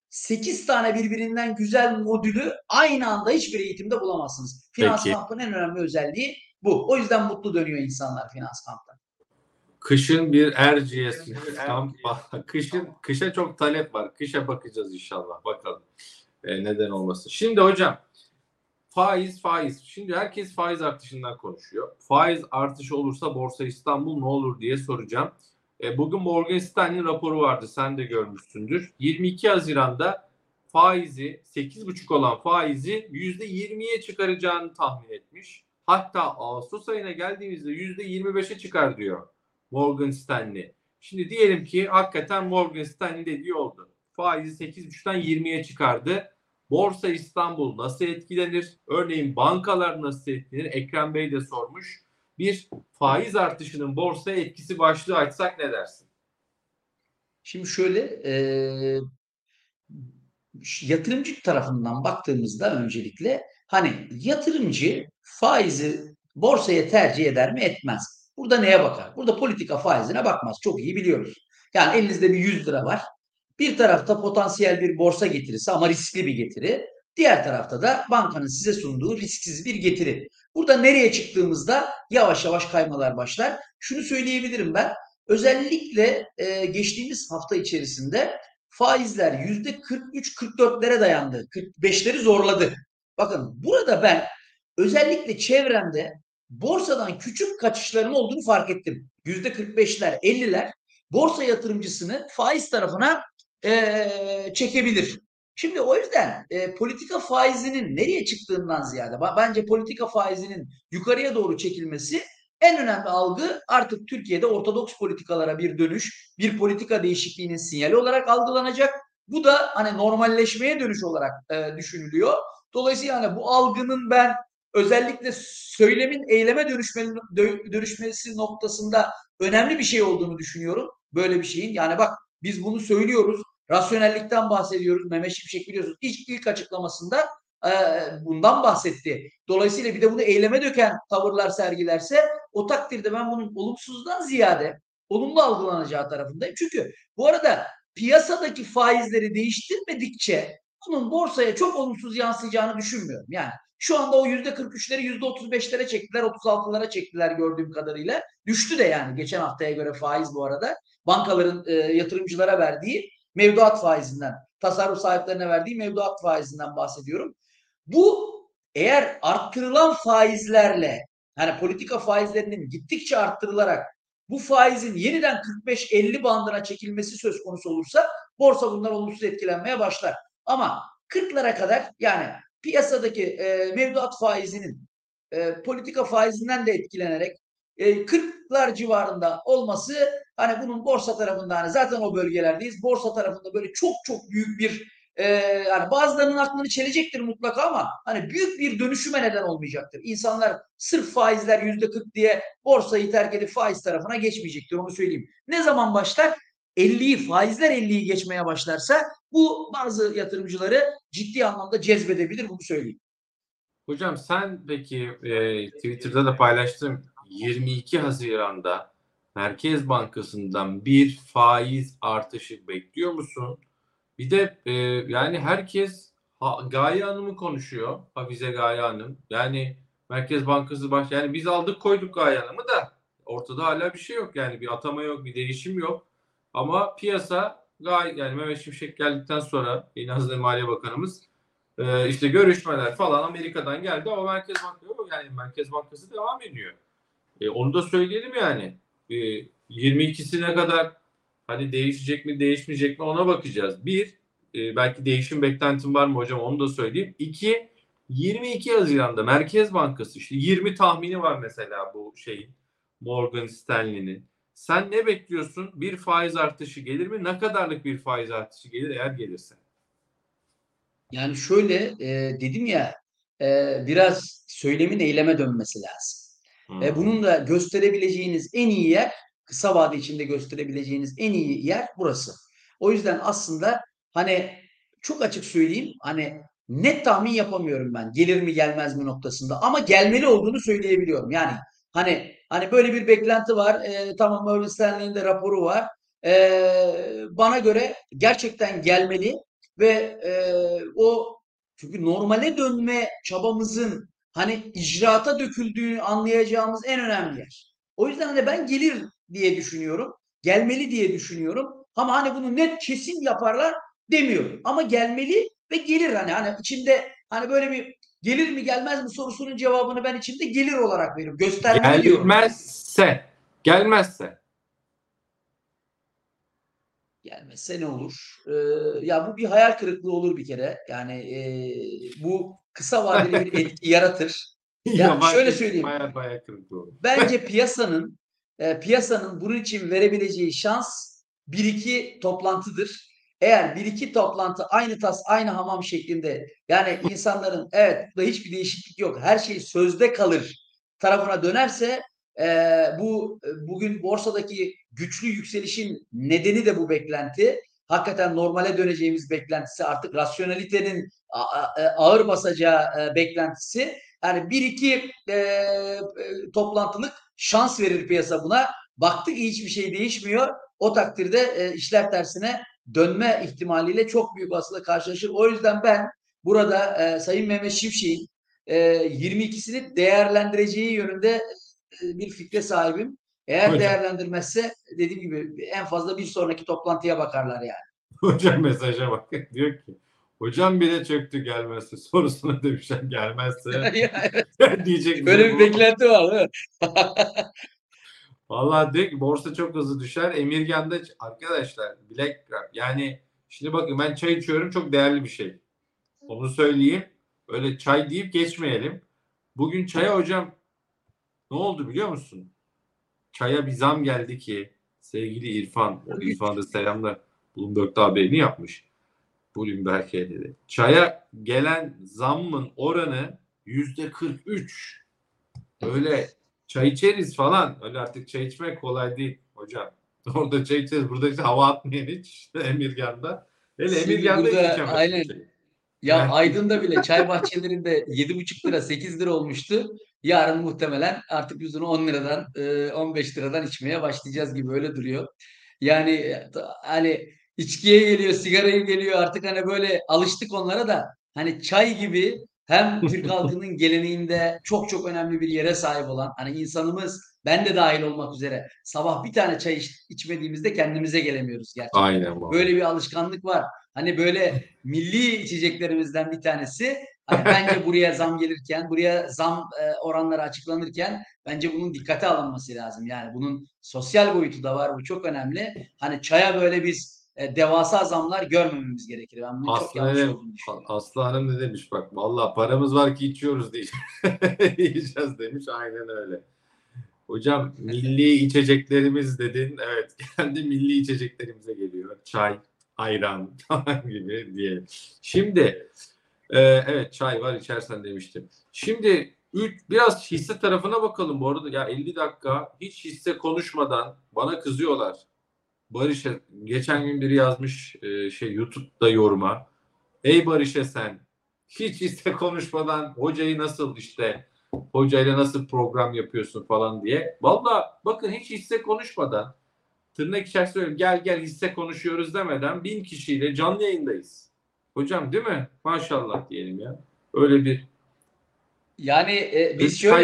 8 tane birbirinden güzel modülü aynı anda hiçbir eğitimde bulamazsınız. Finans Peki. kampının en önemli özelliği bu. O yüzden mutlu dönüyor insanlar finans kampta. Kışın bir Erciyes kamp. Kışa çok talep var. Kışa bakacağız inşallah. Bakalım. Neden olmasın. Şimdi hocam faiz. Şimdi herkes faiz artışından konuşuyor. Faiz artışı olursa Borsa İstanbul ne olur diye soracağım. Bugün Morgan Stanley'in raporu vardı. Sen de görmüşsündür. 22 Haziran'da faizi 8,5 olan faizi %20'ye çıkaracağını tahmin etmiş. Hatta Ağustos ayına geldiğimizde %25'e çıkar diyor Morgan Stanley. Şimdi diyelim ki hakikaten Morgan Stanley dediği oldu. Faizi 8,5'tan 20'ye çıkardı. Borsa İstanbul nasıl etkilenir? Örneğin bankalar nasıl etkilenir? Ekrem Bey de sormuş. Bir faiz artışının borsaya etkisi başlığı açsak ne dersin? Şimdi şöyle yatırımcı tarafından baktığımızda öncelikle hani yatırımcı faizi borsaya tercih eder mi etmez. Burada neye bakar? Burada politika faizine bakmaz. Çok iyi biliyoruz. Yani elinizde bir 100 lira var. Bir tarafta potansiyel bir borsa getirisi ama riskli bir getiri. Diğer tarafta da bankanın size sunduğu risksiz bir getiri. Burada nereye çıktığımızda yavaş yavaş kaymalar başlar. Şunu söyleyebilirim ben. Özellikle geçtiğimiz hafta içerisinde faizler %43-44'lere dayandı. 45'leri zorladı. Bakın burada ben özellikle çevremde borsadan küçük kaçışların olduğunu fark ettim. %45'ler, 50'ler borsa yatırımcısını faiz tarafına çekebilir. Şimdi o yüzden politika faizinin nereye çıktığından ziyade bence politika faizinin yukarıya doğru çekilmesi en önemli algı artık Türkiye'de ortodoks politikalara bir dönüş, bir politika değişikliğinin sinyali olarak algılanacak. Bu da hani normalleşmeye dönüş olarak düşünülüyor. Dolayısıyla yani bu algının ben özellikle söylemin eyleme dönüşmesi noktasında önemli bir şey olduğunu düşünüyorum. Böyle bir şeyin. Yani bak biz bunu söylüyoruz. Rasyonellikten bahsediyoruz. Mehmet Şimşek biliyorsunuz ilk açıklamasında bundan bahsetti. Dolayısıyla bir de bunu eyleme döken tavırlar sergilerse o takdirde ben bunun olumsuzdan ziyade olumlu algılanacağı tarafındayım. Çünkü bu arada piyasadaki faizleri değiştirmedikçe bunun borsaya çok olumsuz yansıyacağını düşünmüyorum. Yani şu anda o %43'leri %35'lere çektiler, 36'lara çektiler gördüğüm kadarıyla. Düştü de yani geçen haftaya göre faiz bu arada. Bankaların yatırımcılara verdiği mevduat faizinden, tasarruf sahiplerine verdiği mevduat faizinden bahsediyorum. Bu eğer arttırılan faizlerle yani politika faizlerinin gittikçe arttırılarak bu faizin yeniden 45-50 bandına çekilmesi söz konusu olursa borsa bundan olumsuz etkilenmeye başlar. Ama 40'lara kadar yani piyasadaki mevduat faizinin politika faizinden de etkilenerek 40'lar civarında olması hani bunun borsa tarafında hani zaten o bölgelerdeyiz. Borsa tarafında böyle çok çok büyük bir yani bazılarının aklını çelecektir mutlaka ama hani büyük bir dönüşüme neden olmayacaktır. İnsanlar sırf faizler %40 diye borsayı terk edip faiz tarafına geçmeyecektir onu söyleyeyim. Ne zaman başlar? Faizler 50'yi geçmeye başlarsa bu bazı yatırımcıları ciddi anlamda cezbedebilir bunu söyleyeyim. Hocam sen peki Twitter'da da paylaştım 22 Haziran'da Merkez Bankası'ndan bir faiz artışı bekliyor musun? Bir de yani herkes Gaye Hanım'ı konuşuyor. Hafize Gaye Hanım. Yani Merkez Bankası yani biz aldık koyduk Gaye Hanım'ı da ortada hala bir şey yok. Yani bir atama yok, bir değişim yok. Ama piyasa yani Mehmet Şimşek geldikten sonra yine Hazine Maliye Bakanımız işte görüşmeler falan Amerika'dan geldi ama Merkez Bankası devam ediyor. Onu da söyleyelim yani. 22'sine kadar hani değişecek mi değişmeyecek mi ona bakacağız. Belki değişim beklentim var mı hocam onu da söyleyeyim. 22 Haziran'da Merkez Bankası işte 20 tahmini var mesela bu şeyin Morgan Stanley'nin. Sen ne bekliyorsun? Bir faiz artışı gelir mi? Ne kadarlık bir faiz artışı gelir eğer gelirse? Yani şöyle dedim ya biraz söylemin eyleme dönmesi lazım. Bunun da gösterebileceğiniz en iyi yer kısa vade içinde gösterebileceğiniz en iyi yer burası. O yüzden aslında hani çok açık söyleyeyim hani net tahmin yapamıyorum ben gelir mi gelmez mi noktasında ama gelmeli olduğunu söyleyebiliyorum. Yani hani böyle bir beklenti var. Tamam Morgan Stanley'in de raporu var. Bana göre gerçekten gelmeli. ve o çünkü normale dönme çabamızın hani icraata döküldüğünü anlayacağımız en önemli yer. O yüzden de ben gelir diye düşünüyorum. Gelmeli diye düşünüyorum. Ama hani bunu net kesin yaparlar demiyorum. Ama gelmeli ve gelir hani içinde hani böyle bir gelir mi gelmez mi sorusunun cevabını ben içinde gelir olarak veriyorum. Göstermeli diyorum. Gelmezse. Gelmezse ne olur? Ya bu bir hayal kırıklığı olur bir kere. Yani bu kısa vadeli bir etki yaratır. Ya şöyle söyleyeyim. Bayağı kırıklı olur. Bence piyasanın bunun için verebileceği şans 1-2 toplantıdır. Eğer 1-2 toplantı aynı tas aynı hamam şeklinde yani insanların evet burada hiçbir değişiklik yok her şey sözde kalır tarafına dönerse bugün borsadaki güçlü yükselişin nedeni de bu beklenti. Hakikaten normale döneceğimiz beklentisi artık rasyonelitenin ağır basacağı beklentisi. Yani 1-2 toplantılık şans verir piyasa buna. Baktık hiçbir şey değişmiyor. O takdirde işler tersine dönme ihtimaliyle çok büyük olasılıkla karşılaşır. O yüzden ben burada Sayın Mehmet Şimşek'in 22'sini değerlendireceği yönünde bir fikre sahibim. Eğer Hocam. değerlendirmezse dediğim gibi en fazla bir sonraki toplantıya bakarlar yani. Hocam mesaja bak. Diyor ki hocam bile çöktü gelmezse sorusuna demişler gelmezse diyecek. Böyle bir beklenti var değil mi? Vallahi diyor ki borsa çok hızlı düşer. Emirgan'da arkadaşlar BlackRock yani şimdi bakın ben çay içiyorum çok değerli bir şey. Onu söyleyeyim. Öyle çay deyip geçmeyelim. Bugün çaya hocam ne oldu biliyor musun? Çaya bir zam geldi ki sevgili İrfan, o İrfan'da selamlar. Bloomberg'da haberini yapmış. Bloomberg'e dedi. Çaya gelen zammın oranı %43. Öyle çay içeriz falan. Öyle artık çay içmek kolay değil hocam. Orada çay içeriz. Burada işte hava atmayan hiç. Emirgan'da. Hele Emirgan'da içeceğim. Aynen. Ya Aydın'da bile çay bahçelerinde 7,5 lira 8 lira olmuştu. Yarın muhtemelen artık biz onu 10 liradan 15 liradan içmeye başlayacağız gibi öyle duruyor. Yani hani içkiye geliyor, sigaraya geliyor artık hani böyle alıştık onlara da hani çay gibi hem Türk halkının geleneğinde çok çok önemli bir yere sahip olan hani insanımız ben de dahil olmak üzere sabah bir tane çay içmediğimizde kendimize gelemiyoruz gerçekten. Aynen. Böyle bir alışkanlık var. Hani böyle milli içeceklerimizden bir tanesi. Hani bence buraya zam gelirken, buraya zam oranları açıklanırken bence bunun dikkate alınması lazım. Yani bunun sosyal boyutu da var. Bu çok önemli. Hani çaya böyle biz devasa zamlar görmememiz gerekir. Ben bunun çok yanlış olduğunu düşünüyorum. Aslı Hanım ne demiş bak. Vallahi paramız var ki içiyoruz diye. Yiyeceğiz demiş. Aynen öyle. Hocam milli içeceklerimiz dedin. Evet kendi milli içeceklerimize geliyor. Çay, ayran gibi diye. Şimdi evet çay var içersen demiştim. Şimdi biraz hisse tarafına bakalım bu arada. Ya 50 dakika hiç hisse konuşmadan bana kızıyorlar. Barış geçen gün biri yazmış YouTube'da yoruma. Ey Barış sen hiç hisse konuşmadan hocayla nasıl program yapıyorsun falan diye. Vallahi bakın hiç hisse konuşmadan tırnak içerisinde söylüyorum gel hisse konuşuyoruz demeden 1000 kişiyle canlı yayındayız. Hocam değil mi? Maşallah diyelim ya. Öyle bir yani biz şöyle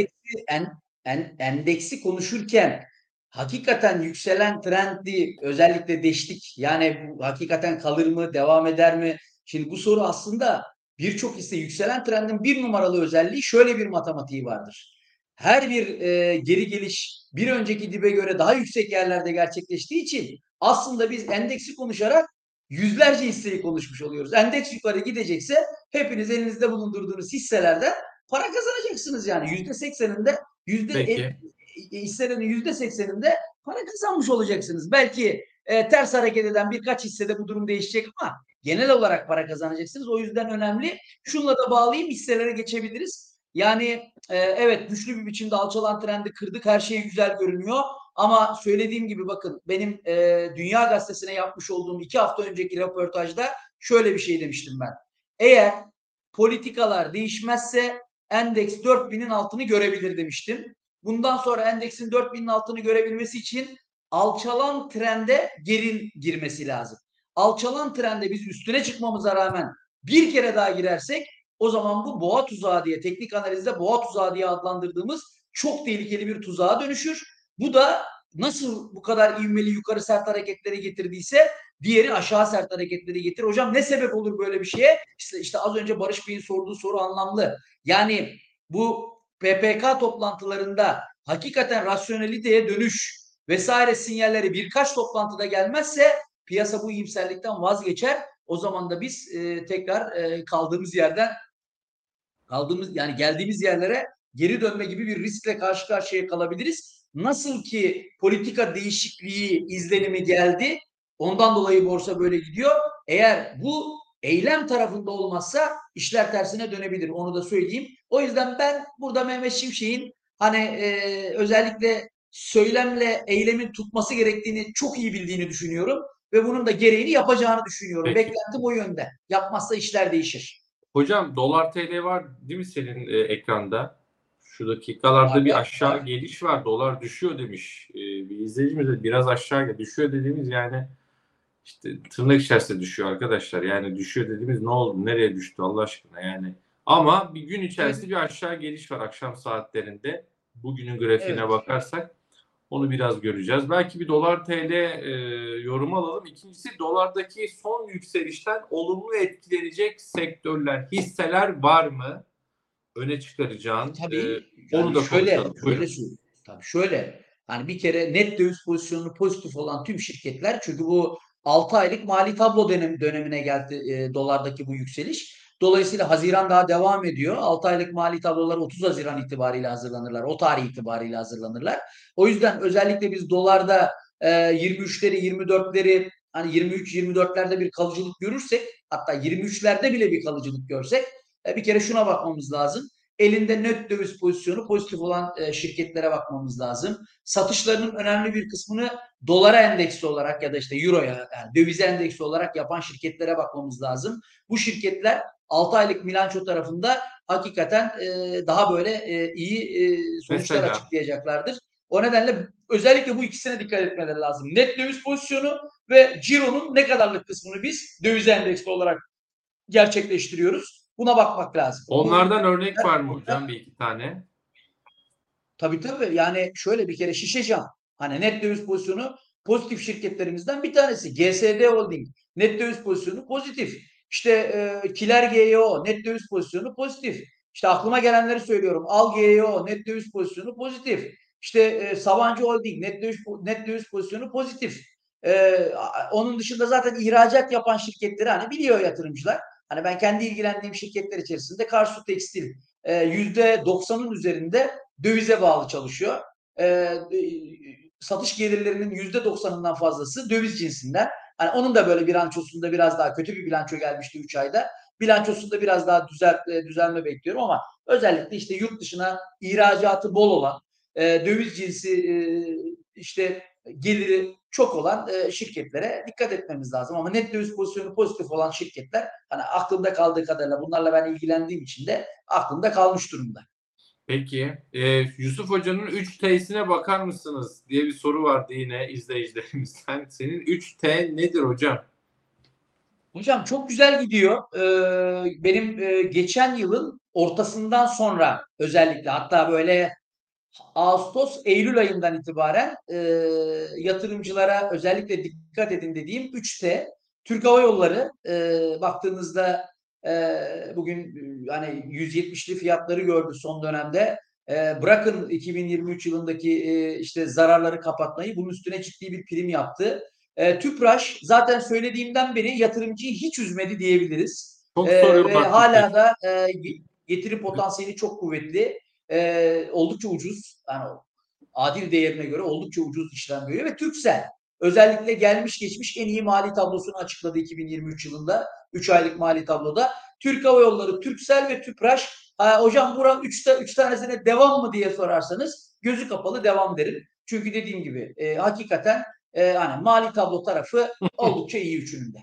endeksi konuşurken hakikaten yükselen trendi özellikle deştik. Yani bu hakikaten kalır mı, devam eder mi? Şimdi bu soru aslında birçok hisse yükselen trendin bir numaralı özelliği şöyle bir matematiği vardır. Her bir geri geliş bir önceki dibe göre daha yüksek yerlerde gerçekleştiği için aslında biz endeksi konuşarak yüzlerce hisseyi konuşmuş oluyoruz. Endeks yukarı gidecekse hepiniz elinizde bulundurduğunuz hisselerden para kazanacaksınız yani. %80'inde hisselerin %80'inde para kazanmış olacaksınız. Belki ters hareket eden birkaç hissede bu durum değişecek ama genel olarak para kazanacaksınız. O yüzden önemli. Şunla da bağlayayım hisselere geçebiliriz. Yani evet güçlü bir biçimde alçalan trendi kırdık. Her şey güzel görünüyor. Ama söylediğim gibi bakın benim Dünya Gazetesi'ne yapmış olduğum 2 hafta önceki röportajda şöyle bir şey demiştim ben. Eğer politikalar değişmezse endeks 4000'in altını görebilir demiştim. Bundan sonra endeksin 4000'in altını görebilmesi için alçalan trende geri girmesi lazım. alçalan trende biz üstüne çıkmamıza rağmen bir kere daha girersek o zaman bu boğa tuzağı diye, teknik analizde boğa tuzağı diye adlandırdığımız çok tehlikeli bir tuzağa dönüşür. Bu da nasıl bu kadar ivmeli yukarı sert hareketleri getirdiyse diğeri aşağı sert hareketleri getirir. Hocam ne sebep olur böyle bir şeye? İşte az önce Barış Bey'in sorduğu soru anlamlı. Yani bu PPK toplantılarında hakikaten rasyoneliteye dönüş vesaire sinyalleri birkaç toplantıda gelmezse piyasa bu iyimserlikten vazgeçer. O zaman da biz tekrar geldiğimiz yerlere geri dönme gibi bir riskle karşı karşıya kalabiliriz. Nasıl ki politika değişikliği izlenimi geldi, ondan dolayı borsa böyle gidiyor. Eğer bu eylem tarafında olmazsa işler tersine dönebilir. Onu da söyleyeyim. O yüzden ben burada Mehmet Şimşek'in özellikle söylemle eylemin tutması gerektiğini çok iyi bildiğini düşünüyorum ve bunun da gereğini yapacağını düşünüyorum. Peki. Beklentim o yönde. Yapmazsa işler değişir. Hocam dolar TL var değil mi senin ekranda? Şu dakikalarda Var, bir var. aşağı geliş var. Dolar düşüyor demiş. Bir izleyicimiz de biraz aşağı düşüyor dediğimiz yani işte tırnak içerisinde düşüyor arkadaşlar. Yani düşüyor dediğimiz ne oldu? Nereye düştü Allah aşkına yani. Ama bir gün içerisinde bir aşağı geliş var akşam saatlerinde. Bugünün grafiğine bakarsak onu biraz göreceğiz. Belki bir dolar TL yorumu alalım. İkincisi dolardaki son yükselişten olumlu etkilenecek sektörler, hisseler var mı? Öne çıkaracağın. Tabii Onu da konuşalım. şöyle hani bir kere net döviz pozisyonu pozitif olan tüm şirketler çünkü bu 6 aylık mali tablo dönemine geldi dolardaki bu yükseliş. Dolayısıyla Haziran daha devam ediyor. 6 aylık mali tablolar 30 Haziran itibariyle hazırlanırlar. O tarih itibariyle hazırlanırlar. O yüzden özellikle biz dolarda 23'leri 24'leri hani 23-24'lerde bir kalıcılık görürsek hatta 23'lerde bile bir kalıcılık görsek bir kere şuna bakmamız lazım. Elinde net döviz pozisyonu pozitif olan şirketlere bakmamız lazım. Satışlarının önemli bir kısmını dolara endeksli olarak ya da işte euroya yani dövize endeksli olarak yapan şirketlere bakmamız lazım. Bu şirketler 6 aylık bilanço tarafında hakikaten daha böyle iyi sonuçlar açıklayacaklardır. O nedenle özellikle bu ikisine dikkat etmeleri lazım. Net döviz pozisyonu ve cironun ne kadarlık kısmını biz dövize endeksli olarak gerçekleştiriyoruz. Buna bakmak lazım. Onlardan örnek var mı hocam bir iki tane? Tabii. Yani şöyle bir kere Şişecam. Hani net döviz pozisyonu pozitif şirketlerimizden bir tanesi. GSD Holding. Net döviz pozisyonu pozitif. İşte Kiler GEO net döviz pozisyonu pozitif. İşte aklıma gelenleri söylüyorum. Al GEO net döviz pozisyonu pozitif. İşte Sabancı Holding net döviz pozisyonu pozitif. Onun dışında zaten ihracat yapan şirketleri hani biliyor yatırımcılar. Hani ben kendi ilgilendiğim şirketler içerisinde Karsu Tekstil %90'ın üzerinde dövize bağlı çalışıyor. Satış gelirlerinin %90'ından fazlası döviz cinsinden. Hani onun da böyle bilançosunda biraz daha kötü bir bilanço gelmişti 3 ayda. Bilançosunda biraz daha düzelme bekliyorum ama özellikle işte yurt dışına ihracatı bol olan döviz cinsi işte geliri çok olan şirketlere dikkat etmemiz lazım. Ama net döviz pozisyonu pozitif olan şirketler hani aklımda kaldığı kadarıyla bunlarla ben ilgilendiğim için de aklımda kalmış durumda. Peki. Yusuf Hoca'nın 3T'sine bakar mısınız diye bir soru vardı yine izleyicilerimizden. Senin 3T nedir hocam? Hocam çok güzel gidiyor. Benim geçen yılın ortasından sonra özellikle hatta böyle Ağustos, Eylül ayından itibaren yatırımcılara özellikle dikkat edin dediğim 3T. Türk Hava Yolları baktığınızda bugün hani 170'li fiyatları gördü son dönemde. Bırakın 2023 yılındaki işte zararları kapatmayı bunun üstüne ciddi bir prim yaptı. Tüpraş zaten söylediğimden beri yatırımcıyı hiç üzmedi diyebiliriz. Çok Ve hala da getiri potansiyeli çok kuvvetli. Oldukça ucuz. Yani adil değerine göre oldukça ucuz işlem görüyor ve Turkcell özellikle gelmiş geçmiş en iyi mali tablosunu açıkladı 2023 yılında. 3 aylık mali tabloda. Türk Hava Yolları, Turkcell ve Tüpraş. Hocam buranın 3 tanesine devam mı diye sorarsanız gözü kapalı devam derim. Çünkü dediğim gibi hakikaten hani mali tablo tarafı oldukça iyi üçünün de.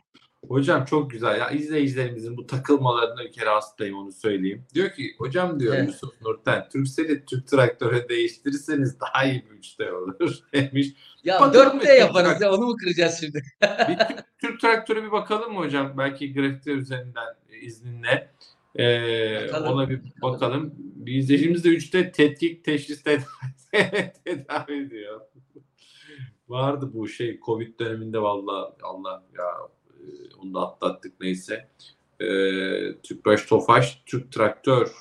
Hocam çok güzel. Ya izleyicilerimizin bu takılmalarına bir kere hastayım, onu söyleyeyim. Diyor ki hocam, diyor Evet. Yusuf Nurten, Turkcell'i Türk Traktör'e değiştirirseniz daha iyi bir müşteri olur demiş. Ya Bakalım mı 4'te Türk yaparız ya, onu mu kıracağız şimdi? Bir Türk Traktör'e bir bakalım mı hocam? Belki grafikler üzerinden izninle. Bakalım. Ona bir bakalım. Bir izleyicimiz de 3'te tetkik, teşhis, tedavi ediyor. Vardı bu şey Covid döneminde, vallahi Allah ya, onu da atlattık neyse. Tüpraş Tofaş, Türk Traktör,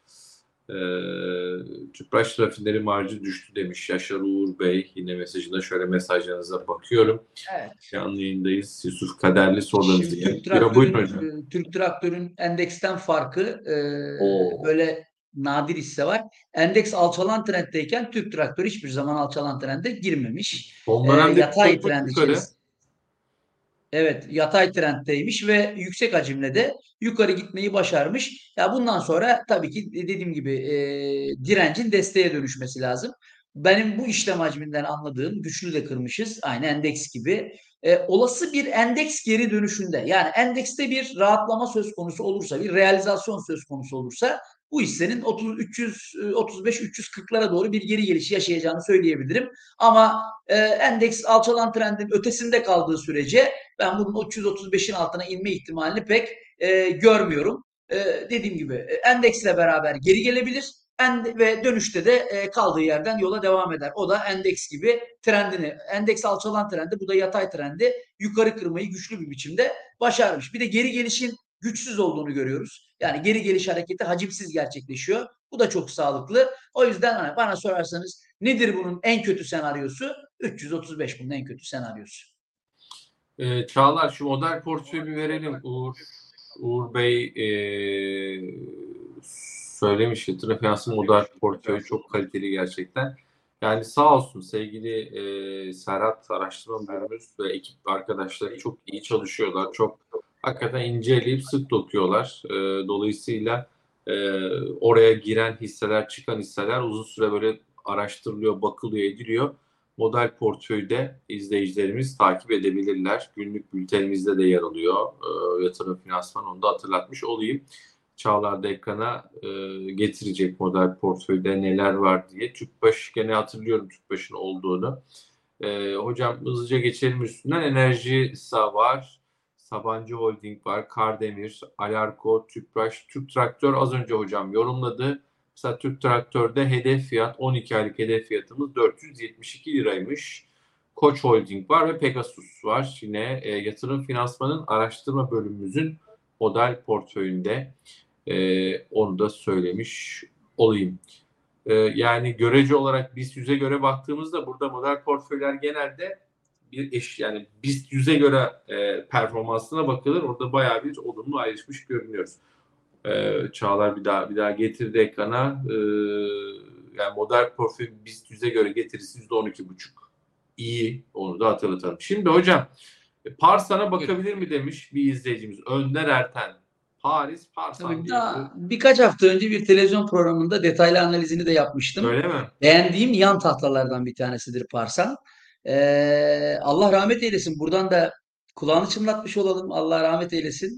Tüpraş rafineri marjı düştü demiş Yaşar Uğur Bey. Yine mesajında şöyle mesajlarınıza bakıyorum. Evet. Canlı yayındayız. Yusuf Kaderli sorularınızı Şimdi yanıtlıyor. Buyurun hocam. Türk Traktör'ün endeksten farkı Oo. böyle nadir hisse var. Endeks alçalan trenddeyken Türk Traktör hiçbir zaman alçalan trende girmemiş. Son dönemde Yatay çok trend yukarı. içerisinde. Evet, yatay trenddeymiş ve yüksek hacimle de yukarı gitmeyi başarmış. Ya bundan sonra tabii ki dediğim gibi direncin desteğe dönüşmesi lazım. Benim bu işlem hacminden anladığım, güçlü de kırmışız aynı endeks gibi. Olası bir endeks geri dönüşünde, yani endekste bir rahatlama söz konusu olursa, bir realizasyon söz konusu olursa bu hissenin 35-340'lara doğru bir geri geliş yaşayacağını söyleyebilirim. Ama endeks alçalan trendin ötesinde kaldığı sürece ben bunun 335'in altına inme ihtimalini pek görmüyorum. Dediğim gibi endeksle beraber geri gelebilir ve dönüşte de kaldığı yerden yola devam eder. O da endeks gibi trendini, endeks alçalan trendi, bu da yatay trendi yukarı kırmayı güçlü bir biçimde başarmış. Bir de geri gelişin güçsüz olduğunu görüyoruz. Yani geri geliş hareketi hacimsiz gerçekleşiyor. Bu da çok sağlıklı. O yüzden bana sorarsanız nedir bunun en kötü senaryosu? 335 bunun en kötü senaryosu. Çağlar, şu model portföyü bir verelim. Uğur Bey söylemiş ki Trafiyans'ın model portföyü çok kaliteli gerçekten. Yani sağ olsun sevgili Serhat araştırma müdürümüz ve ekip arkadaşları çok iyi çalışıyorlar. Çok hakikaten inceleyip sık dokuyorlar. Dolayısıyla oraya giren hisseler, çıkan hisseler uzun süre böyle araştırılıyor, bakılıyor, ediliyor. Model portföyde izleyicilerimiz takip edebilirler. Günlük bültenimizde de yer alıyor. Yatırım Finansman, onu da hatırlatmış olayım. Çağlar da ekrana getirecek model portföyde neler var diye. Tüpraş, gene hatırlıyorum Tüpraş'ın olduğunu. Hocam hızlıca geçelim üstünden. Enerji var. Sabancı Holding var. Kardemir, Alarko, Tüpraş, Türk Traktör az önce hocam yorumladı. Mesela Türk Traktör'de hedef fiyat, 12 aylık hedef fiyatımız 472 liraymış. Koç Holding var ve Pegasus var. Yine yatırım finansmanın araştırma bölümümüzün model portföyünde. Onu da söylemiş olayım. Yani görece olarak BIST 100'e göre baktığımızda burada model portföyler genelde yani BIST 100'e göre performansına bakılır. Orada bayağı bir olumlu ayrışmış görünüyoruz. Çağlar bir daha getirdi ekrana. Yani model portföy BIST 100'e göre getirisi %12,5. İyi. Onu da hatırlatalım. Şimdi hocam Parsan'a bakabilir mi demiş bir izleyicimiz. Önder Erten. Parsan diye. Birkaç hafta önce bir televizyon programında detaylı analizini de yapmıştım. Öyle mi? Beğendiğim yan tahtalardan bir tanesidir Parsan. Allah rahmet eylesin. Buradan da kulağını çınlatmış olalım. Allah rahmet eylesin.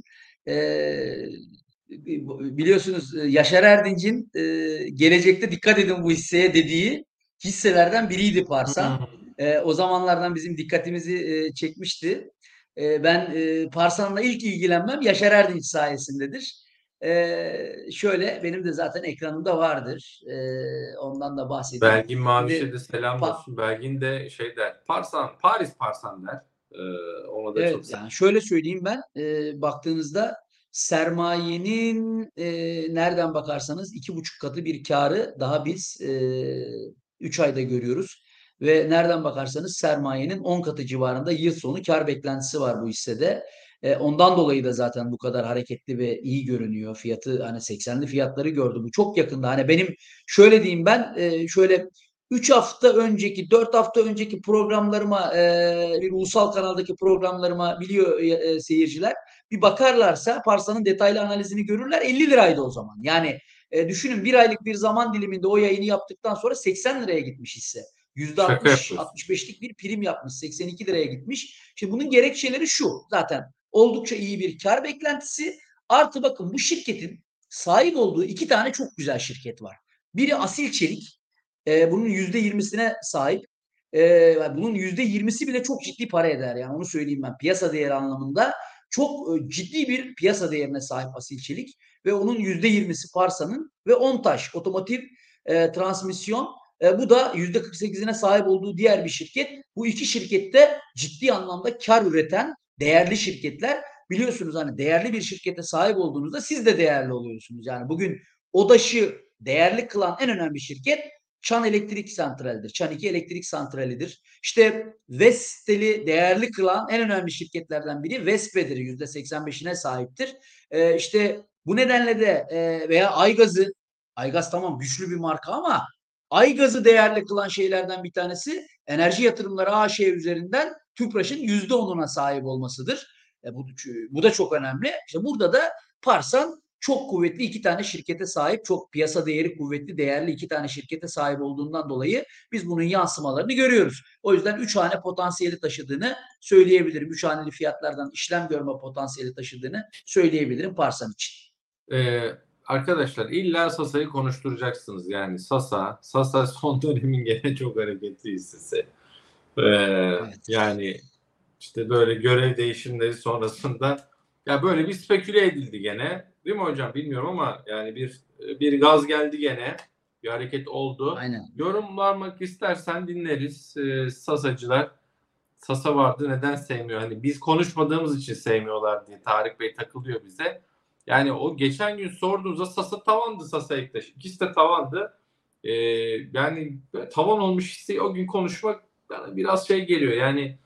Biliyorsunuz Yaşar Erdinç'in gelecekte dikkat edin bu hisseye dediği hisselerden biriydi Parsan. O zamanlardan bizim dikkatimizi çekmişti. Ben Parsan'la ilk ilgilenmem Yaşar Erdinç sayesindedir. Şöyle benim de zaten ekranımda vardır. Ondan da bahsedeyim. Belgin Maviş'e de selam olsun. Belgin de şey der. Paris Parsan der. Ona da evet, çok yani şöyle söyleyeyim ben. Baktığınızda sermayenin nereden bakarsanız 2,5 katı bir karı daha biz 3 ayda görüyoruz. Ve nereden bakarsanız sermayenin 10 katı civarında yıl sonu kar beklentisi var bu hissede. Ondan dolayı da zaten bu kadar hareketli ve iyi görünüyor. Fiyatı hani 80'li fiyatları gördü. Bu çok yakında. Hani benim şöyle diyeyim ben şöyle 3 hafta önceki, 4 hafta önceki programlarıma, bir ulusal kanaldaki programlarıma biliyor seyirciler. Bir bakarlarsa Parsan'ın detaylı analizini görürler. 50 liraydı o zaman. Yani düşünün, bir aylık bir zaman diliminde o yayını yaptıktan sonra 80 liraya gitmiş hisse. %60, 65'lik bir prim yapmış. 82 liraya gitmiş. Şimdi bunun gerekçeleri şu. Zaten Oldukça iyi bir kar beklentisi. Artı bakın bu şirketin sahip olduğu 2 tane çok güzel şirket var. Biri Asil Çelik. Bunun %20'sine sahip. Bunun %20'si bile çok ciddi para eder. Yani onu söyleyeyim ben. Piyasa değeri anlamında çok ciddi bir piyasa değerine sahip Asil Çelik. Ve onun %20'si Parsa'nın ve Ontaş otomotiv transmisyon. Bu da %48'ine sahip olduğu diğer bir şirket. Bu iki şirkette ciddi anlamda kar üreten değerli şirketler. Biliyorsunuz hani değerli bir şirkete sahip olduğunuzda siz de değerli oluyorsunuz. Yani bugün ODAŞ'ı değerli kılan en önemli şirket Çan Elektrik Santrali'dir. Çan 2 Elektrik Santrali'dir. İşte Vestel'i değerli kılan en önemli şirketlerden biri Vespe'dir. %85'ine sahiptir. İşte bu nedenle de veya Aygaz tamam güçlü bir marka ama Aygaz'ı değerli kılan şeylerden bir tanesi Enerji Yatırımları AŞ üzerinden TÜPRAŞ'ın %10'una sahip olmasıdır. Bu da çok önemli. İşte burada da Parsan çok kuvvetli 2 tane şirkete sahip, çok piyasa değeri kuvvetli, değerli 2 tane şirkete sahip olduğundan dolayı biz bunun yansımalarını görüyoruz. O yüzden 3 hane potansiyeli taşıdığını söyleyebilirim. 3 haneli fiyatlardan işlem görme potansiyeli taşıdığını söyleyebilirim Parsan için. Arkadaşlar illa Sasa'yı konuşturacaksınız. Yani Sasa son dönemin gene çok hareketli hissesi. Evet. Yani işte böyle görev değişimleri sonrasında ya böyle bir speküle edildi gene. Değil mi hocam? Bilmiyorum ama yani bir gaz geldi gene. Bir hareket oldu. Aynen. Yorumlamak istersen dinleriz. Sasacılar Sasa vardı neden sevmiyor? Hani biz konuşmadığımız için sevmiyorlar diye Tarık Bey takılıyor bize. Yani o geçen gün sorduğunuzda Sasa tavandı, Sasa Ektaş. İkisi de tavandı. Yani tavan olmuş hissi o gün konuşmak bana biraz şey geliyor. Yani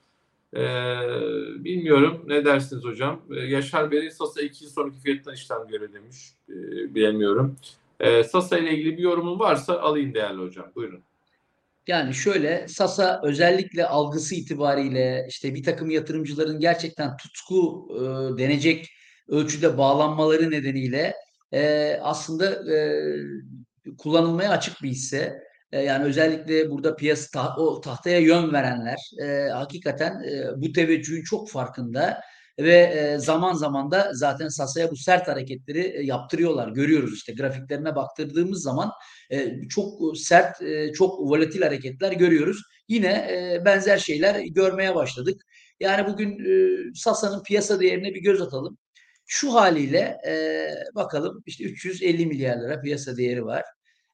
bilmiyorum ne dersiniz hocam? Yaşar Bey Sasa 2 yıl sonraki fiyattan işlem göre demiş. Bilemiyorum. Sasa ile ilgili bir yorumun varsa alayım değerli hocam. Buyurun. Yani şöyle Sasa özellikle algısı itibariyle işte bir takım yatırımcıların gerçekten tutku denecek ölçüde bağlanmaları nedeniyle aslında kullanılmaya açık bir hisse. Yani özellikle burada o tahtaya yön verenler hakikaten bu teveccühün çok farkında ve zaman zaman da zaten Sasa'ya bu sert hareketleri yaptırıyorlar. Görüyoruz işte grafiklerine baktırdığımız zaman çok sert, çok volatil hareketler görüyoruz. Yine benzer şeyler görmeye başladık. Yani bugün Sasa'nın piyasa değerine bir göz atalım. Şu haliyle bakalım işte 350 milyar lira piyasa değeri var.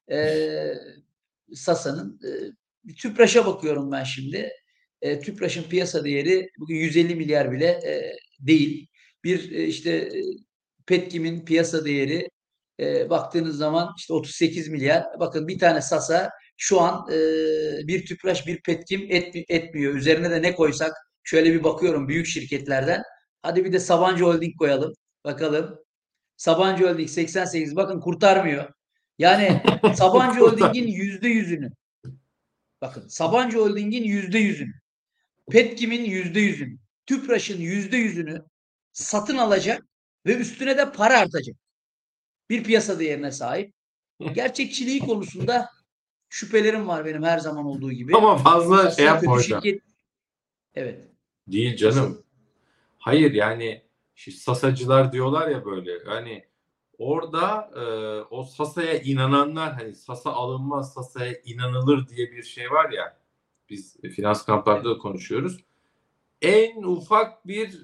Sasa'nın TÜPRAŞ'a bakıyorum ben şimdi. TÜPRAŞ'ın piyasa değeri bugün 150 milyar bile değil. Bir işte Petkim'in piyasa değeri baktığınız zaman işte 38 milyar. Bakın bir tane Sasa şu an bir TÜPRAŞ bir Petkim etmiyor. Üzerine de ne koysak şöyle bir bakıyorum büyük şirketlerden. Hadi bir de Sabancı Holding koyalım. Bakalım. Sabancı Holding 88 bakın kurtarmıyor. Yani Sabancı Holding'in %100'ünü bakın Sabancı Holding'in %100'ünü Petkim'in %100'ünü TÜPRAŞ'ın %100'ünü satın alacak ve üstüne de para artacak. Bir piyasa değerine sahip. Gerçekçiliği konusunda şüphelerim var benim her zaman olduğu gibi. Ama fazla şey yapma hocam. Evet. Değil canım. Hayır yani Sasacılar diyorlar ya böyle. Yani orada o Sasa'ya inananlar hani Sasa alınmaz, Sasa'ya inanılır diye bir şey var ya. Biz finans kamplarda da konuşuyoruz. En ufak bir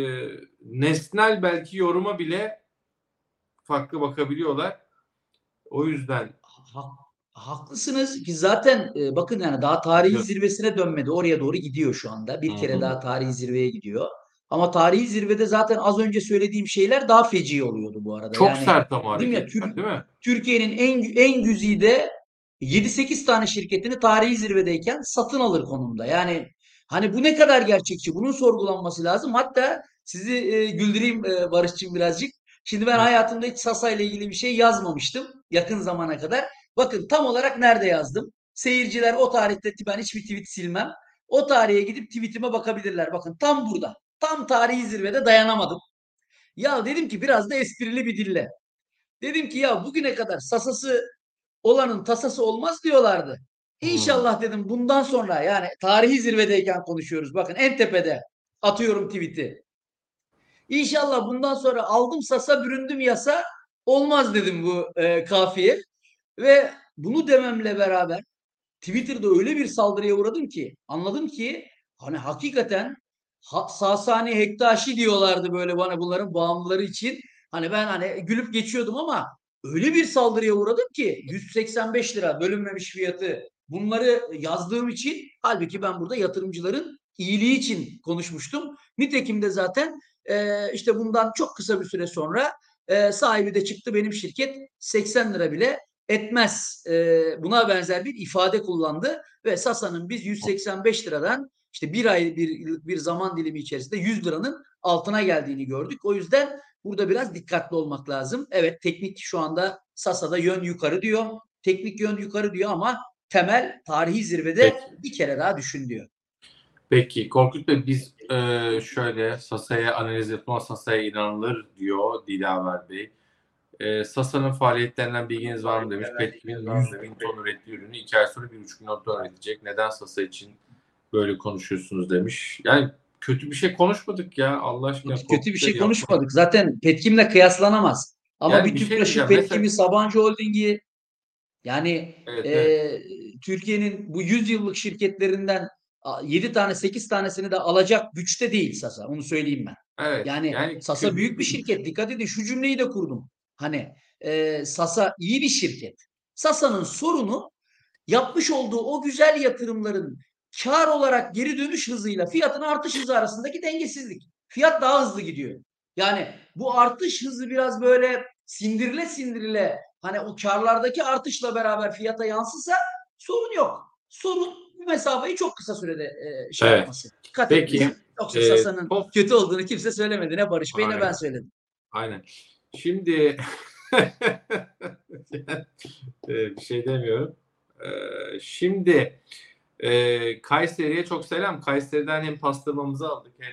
nesnel belki yoruma bile farklı bakabiliyorlar. O yüzden haklısınız ki zaten bakın yani daha tarihi zirvesine dönmedi. Oraya doğru gidiyor şu anda. Bir kere daha tarihi zirveye gidiyor. Ama tarihi zirvede zaten az önce söylediğim şeyler daha feci oluyordu bu arada. Çok yani, sert ama hareketler değil mi? Türkiye'nin en güzide 7-8 tane şirketini tarihi zirvedeyken satın alır konumda. Yani hani bu ne kadar gerçekçi? Bunun sorgulanması lazım. Hatta sizi güldüreyim Barış'cığım birazcık. Şimdi ben hayatımda hiç Sasa ile ilgili bir şey yazmamıştım yakın zamana kadar. Bakın tam olarak nerede yazdım? Seyirciler o tarihte ben hiçbir tweet silmem. O tarihe gidip tweetime bakabilirler. Bakın tam burada. Tam tarihi zirvede dayanamadım. Ya dedim ki biraz da esprili bir dille. Dedim ki ya bugüne kadar Sasası olanın tasası olmaz diyorlardı. İnşallah dedim bundan sonra yani tarihi zirvedeyken konuşuyoruz. Bakın en tepede atıyorum tweet'i. İnşallah bundan sonra aldım sasa büründüm yasa olmaz dedim bu kafiye. Ve bunu dememle beraber Twitter'da öyle bir saldırıya uğradım ki anladım ki hani hakikaten Sasani Hektaşi diyorlardı böyle bana bunların bağımlıları için. Hani ben hani gülüp geçiyordum ama öyle bir saldırıya uğradım ki 185 lira bölünmemiş fiyatı bunları yazdığım için halbuki ben burada yatırımcıların iyiliği için konuşmuştum. Nitekim de zaten işte bundan çok kısa bir süre sonra sahibi de çıktı benim şirket 80 lira bile etmez. Buna benzer bir ifade kullandı ve Sasa'nın biz 185 liradan işte bir ay bir zaman dilimi içerisinde 100 liranın altına geldiğini gördük. O yüzden burada biraz dikkatli olmak lazım. Evet teknik şu anda Sasa'da yön yukarı diyor. Teknik yön yukarı diyor ama temel tarihi zirvede Peki. bir kere daha düşün diyor. Peki Korkut Bey biz şöyle Sasa'ya analiz yapılmaz Sasa'ya inanılır diyor Dilaver Bey. Sasa'nın faaliyetlerinden bilginiz var mı demiş. Petkim'in 100 bin ton ürettiği ürünü 2 ay sonra 1,5 milyon ton üretecek. Neden Sasa için böyle konuşuyorsunuz demiş. Yani kötü bir şey konuşmadık ya Allah aşkına. Kötü bir şey konuşmadık. Zaten Petkim'le kıyaslanamaz. Ama Yani bir bir şey Tüpraş'ı, diyeceğim. Petkim'i, Mesela Sabancı Holding'i yani evet. Türkiye'nin bu 100 yıllık şirketlerinden 7 tane 8 tanesini de alacak güçte değil Sasa. Onu söyleyeyim ben. Evet. Yani Yani Sasa büyük bir şirket. Dikkat edin şu cümleyi de kurdum. Hani Sasa iyi bir şirket. Sasa'nın sorunu yapmış olduğu o güzel yatırımların kar olarak geri dönüş hızıyla fiyatın artış hızı arasındaki dengesizlik. Fiyat daha hızlı gidiyor. Yani bu artış hızı biraz böyle sindirile sindirile hani o karlardaki artışla beraber fiyata yansısa sorun yok. Sorun bu mesafeyi çok kısa sürede şey Evet. yapması. Dikkat Peki, etmesi. Yoksa Sasa'nın Top- kötü olduğunu kimse söylemedi. Ne Barış Bey ne Aynen. ben söyledim. Aynen. Şimdi bir şey demiyorum. Şimdi Kayseri'ye çok selam. Kayseri'den hem pastırmamızı aldık hem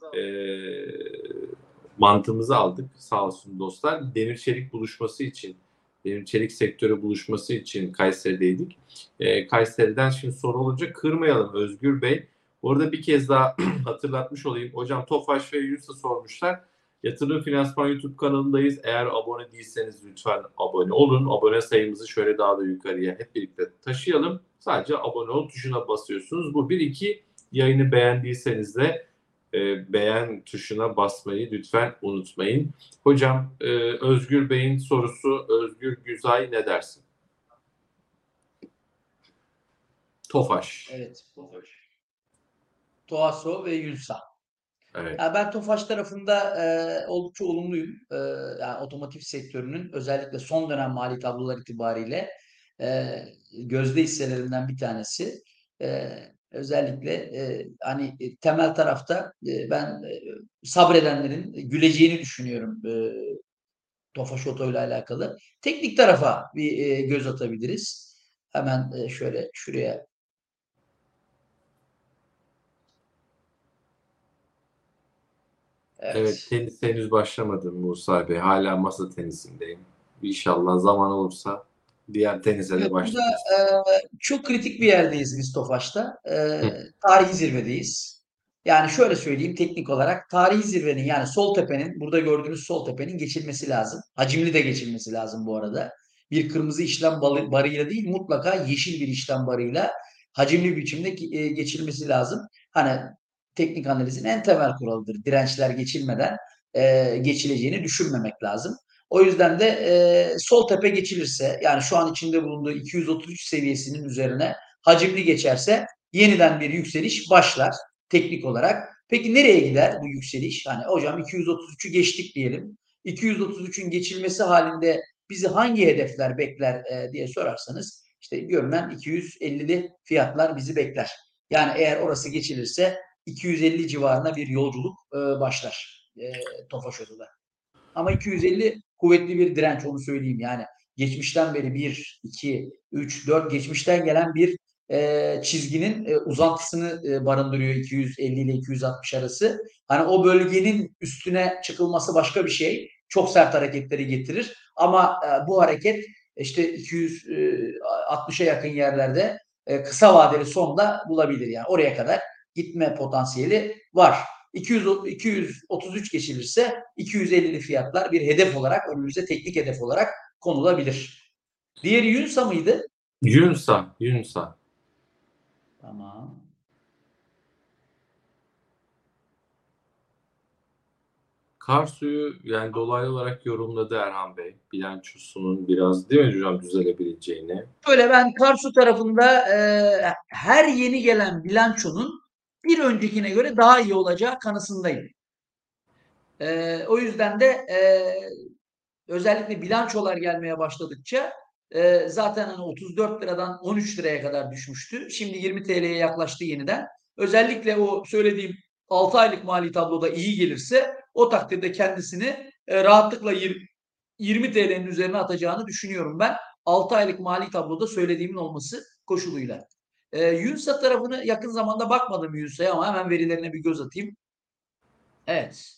mantımızı aldık. Sağ olsun dostlar. Demir çelik buluşması için, demir çelik sektörü buluşması için Kayseri'deydik. Kayseri'den şimdi soru olunca kırmayalım Özgür Bey. Bu arada bir kez daha hatırlatmış olayım. Hocam Tofaş ve Yunus'a sormuşlar. Yatırım Finansman YouTube kanalındayız. Eğer abone değilseniz lütfen abone olun. Abone sayımızı şöyle daha da yukarıya hep birlikte taşıyalım. Sadece abone ol tuşuna basıyorsunuz. Bu 1-2 yayını beğendiyseniz de beğen tuşuna basmayı lütfen unutmayın. Hocam Özgür Bey'in sorusu Özgür Güzay ne dersin? Tofaş. Evet. Toaso ve Yunsa. Evet. Yani ben Tofaş tarafında oldukça olumluyum. Yani otomotiv sektörünün özellikle son dönem mali tablolar itibariyle gözde hisselerinden bir tanesi. Özellikle hani temel tarafta ben sabredenlerin güleceğini düşünüyorum Tofaş Oto ile alakalı. Teknik tarafa bir göz atabiliriz. Hemen şöyle şuraya. Evet, tenis henüz başlamadım Musa Bey. Hala masa tenisindeyim. İnşallah zaman olursa diğer tenise de Evet, burada başlarız. çok kritik bir yerdeyiz biz Tofaş'ta. Tarihi zirvedeyiz. Yani şöyle söyleyeyim teknik olarak tarihi zirvenin yani Soltepe'nin burada gördüğünüz Soltepe'nin geçilmesi lazım. Hacimli de geçilmesi lazım bu arada. Bir kırmızı işlem barıyla değil mutlaka yeşil bir işlem barıyla hacimli bir biçimde geçilmesi lazım. Hani teknik analizin en temel kuralıdır. Dirençler geçilmeden geçileceğini düşünmemek lazım. O yüzden de sol tepe geçilirse yani şu an içinde bulunduğu 233 seviyesinin üzerine hacimli geçerse yeniden bir yükseliş başlar teknik olarak. Peki nereye gider bu yükseliş? Hani hocam 233'ü geçtik diyelim. 233'ün geçilmesi halinde bizi hangi hedefler bekler diye sorarsanız işte görünen 250'li fiyatlar bizi bekler. Yani eğer orası geçilirse 250 civarına bir yolculuk başlar Tofaş Oto'da. Ama 250 kuvvetli bir direnç onu söyleyeyim. Yani geçmişten beri 1, 2, 3, 4 geçmişten gelen bir çizginin uzantısını barındırıyor 250 ile 260 arası. Hani o bölgenin üstüne çıkılması başka bir şey. Çok sert hareketleri getirir. Ama bu hareket işte 260'a yakın yerlerde kısa vadeli sonda bulabilir. Yani oraya kadar gitme potansiyeli var. 233 geçilirse 250'li fiyatlar bir hedef olarak önümüze teknik hedef olarak konulabilir. Diğeri Yunsa mıydı? Yunsa. Tamam. Karsu'yu yani dolaylı olarak yorumladı Erhan Bey. Bilançosunun biraz değil mi hocam düzelebileceğini. Böyle ben Karsu tarafında her yeni gelen bilançonun bir öncekine göre daha iyi olacağı kanısındayım. O yüzden de özellikle bilançolar gelmeye başladıkça zaten hani 34 liradan 13 liraya kadar düşmüştü. Şimdi 20 TL'ye yaklaştı yeniden. Özellikle o söylediğim 6 aylık mali tabloda iyi gelirse o takdirde kendisini rahatlıkla 20 TL'nin üzerine atacağını düşünüyorum ben. 6 aylık mali tabloda söylediğimin olması koşuluyla. Yunsa tarafını yakın zamanda bakmadım Yunsa'ya ama hemen verilerine bir göz atayım. Evet.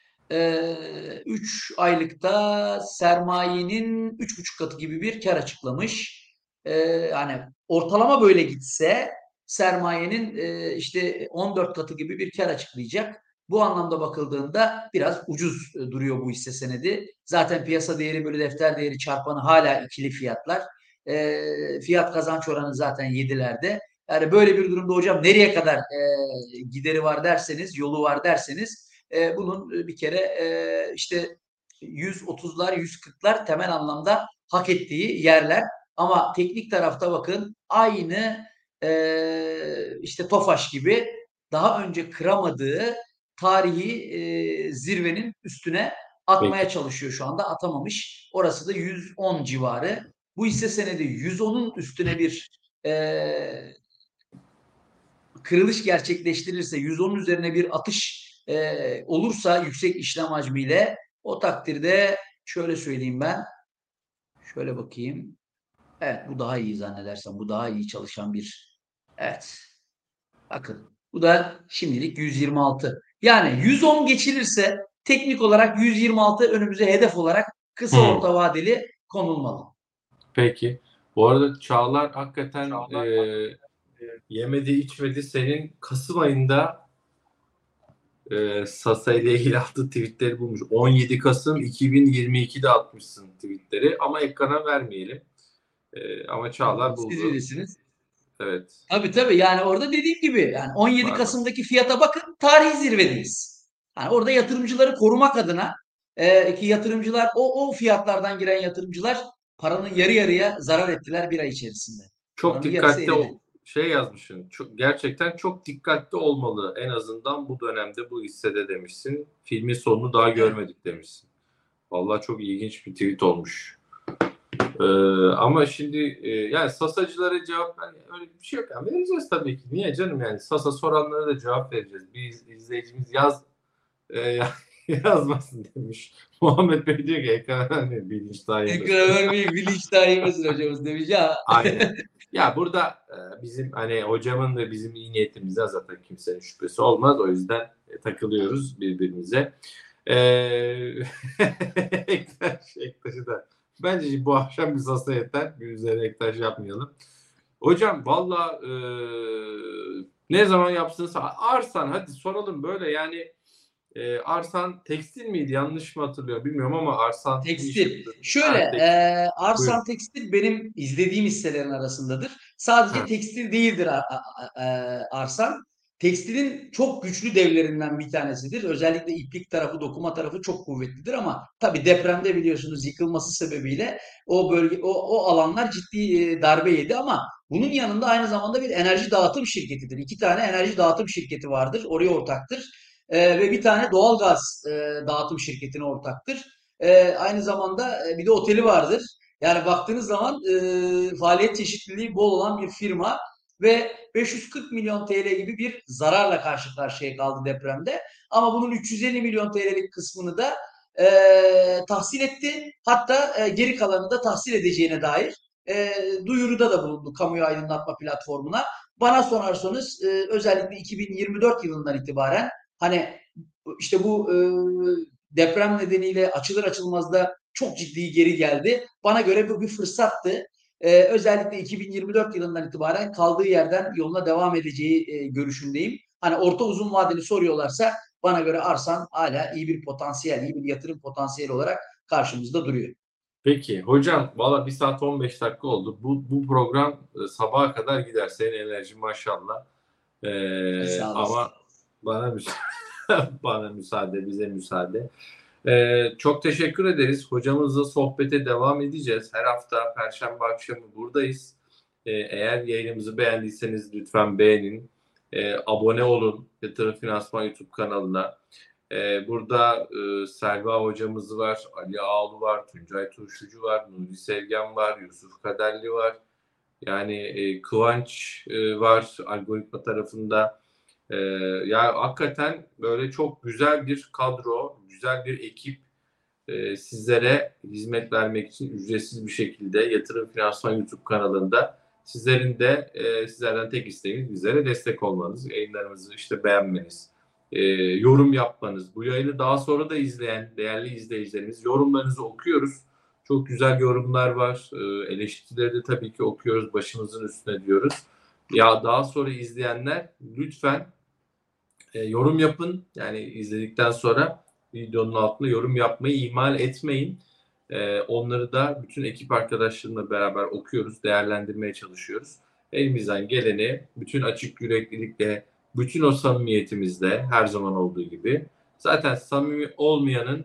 3 aylıkta sermayenin 3,5 katı gibi bir kar açıklamış. Hani ortalama böyle gitse sermayenin işte 14 katı gibi bir kar açıklayacak. Bu anlamda bakıldığında biraz ucuz duruyor bu hisse senedi. Zaten piyasa değeri bölü defter değeri çarpanı hala ikili fiyatlar. Fiyat kazanç oranı zaten 7'lerde. Yani böyle bir durumda hocam nereye kadar gideri var derseniz, yolu var derseniz bunun bir kere işte 130'lar, 140'lar temel anlamda hak ettiği yerler. Ama teknik tarafta bakın aynı işte Tofaş gibi daha önce kıramadığı tarihi zirvenin üstüne atmaya çalışıyor şu anda. Atamamış. Orası da 110 civarı. Bu hisse senedi 110'un üstüne bir kırılış gerçekleştirirse, 110'un üzerine bir atış olursa yüksek işlem hacmiyle o takdirde şöyle söyleyeyim ben. Şöyle bakayım. Evet bu daha iyi zannedersem. Bu daha iyi çalışan bir. Evet. Bakın. Bu da şimdilik 126. Yani 110 geçilirse teknik olarak 126 önümüze hedef olarak kısa orta vadeli konulmalı. Peki. Bu arada Çağlar hakikaten yemedi içmedi. Senin Kasım ayında Sasa ile ilgili attığı tweetleri bulmuş. 17 Kasım 2022'de atmışsın tweetleri ama ekrana vermeyelim. Ama Çağlar buldu. Siz bilirsiniz. Evet. Tabii yani orada dediğim gibi yani 17 Pardon. Kasım'daki fiyata bakın tarihi zirvedeyiz. Yani orada yatırımcıları korumak adına ki yatırımcılar o fiyatlardan giren yatırımcılar paranın yarı yarıya zarar ettiler bir ay içerisinde. Çok Paranın yarısı dikkatli eridi. şey yazmışsın. Gerçekten çok dikkatli olmalı en azından bu dönemde bu hissede demişsin. Filmin sonunu daha görmedik demişsin. Vallahi çok ilginç bir tweet olmuş. Ama şimdi yani Sasacılara cevap öyle bir şey yok. Yani vereceğiz tabii ki. Niye canım yani Sasa soranlara da cevap vereceğiz. Bir izleyicimiz yazmasın demiş. Muhammed Bey diyor ki ekran vermeyin bilinç daha yemesin. Ekran vermeyin bilinç daha yemesin hocamız demiş ya. Aynen. Ya burada bizim hani hocamın ve bizim iyi niyetimizden zaten kimsenin şüphesi olmaz. O yüzden takılıyoruz birbirimize. Ektaş'ı da bence bu akşam bir Sasa yeter. Bir üzerine Ektaş yapmayalım. Hocam valla ne zaman yapsınız? Arsan hadi soralım böyle yani Arsan tekstil miydi? Yanlış mı hatırlıyorum bilmiyorum ama Arsan Tekstil. Şöyle Arsan Tekstil benim izlediğim hisselerin arasındadır. Sadece tekstil değildir Arsan. Tekstilin çok güçlü devlerinden bir tanesidir. Özellikle iplik tarafı, dokuma tarafı çok kuvvetlidir ama tabii depremde biliyorsunuz yıkılması sebebiyle o bölge, o alanlar ciddi darbe yedi ama bunun yanında aynı zamanda bir enerji dağıtım şirketidir. 2 tane enerji dağıtım şirketi vardır. Oraya ortaktır. Ve bir tane doğalgaz dağıtım şirketine ortaktır. Aynı zamanda bir de oteli vardır. Yani baktığınız zaman faaliyet çeşitliliği bol olan bir firma ve 540 milyon TL gibi bir zararla karşı karşıya kaldı depremde. Ama bunun 350 milyon TL'lik kısmını da tahsil etti. Hatta geri kalanını da tahsil edeceğine dair duyuruda da bulundu kamuoyu aydınlatma platformuna. Bana sorarsanız özellikle 2024 yılından itibaren hani işte bu deprem nedeniyle açılır açılmaz da çok ciddi geri geldi. Bana göre bu bir fırsattı. Özellikle 2024 yılından itibaren kaldığı yerden yoluna devam edeceği görüşündeyim. Hani orta uzun vadeli soruyorlarsa bana göre Arsan hala iyi bir potansiyel, iyi bir yatırım potansiyeli olarak karşımızda duruyor. Peki hocam, valla 1 saat 15 dakika oldu. Bu program sabaha kadar gider. Senin enerji maşallah. Sağ olasın. Ama bana bana müsaade, bize müsaade. Çok teşekkür ederiz. Hocamızla sohbete devam edeceğiz. Her hafta Perşembe akşamı buradayız. Eğer yayınımızı beğendiyseniz lütfen beğenin. Abone olun Yatırım Finansman YouTube kanalına. Burada Selva hocamız var, Ali Ağlu var, Tuncay Turşucu var, Nuri Sevgen var, Yusuf Kaderli var. Yani Kıvanç var algoritma tarafında. Ya hakikaten böyle çok güzel bir kadro, güzel bir ekip sizlere hizmet vermek için ücretsiz bir şekilde Yatırım Finansman YouTube kanalında sizlerden tek isteğimiz bizlere destek olmanız, yayınlarımızı işte beğenmeniz, yorum yapmanız. Bu yayını daha sonra da izleyen değerli izleyicilerimiz, yorumlarınızı okuyoruz. Çok güzel yorumlar var. Eleştirileri de tabii ki okuyoruz. Başımızın üstüne diyoruz. Ya daha sonra izleyenler lütfen yorum yapın. Yani izledikten sonra videonun altına yorum yapmayı ihmal etmeyin. Onları da bütün ekip arkadaşlarımla beraber okuyoruz, değerlendirmeye çalışıyoruz. Elimizden geleni bütün açık yüreklilikle, bütün o samimiyetimizle her zaman olduğu gibi. Zaten samimi olmayanın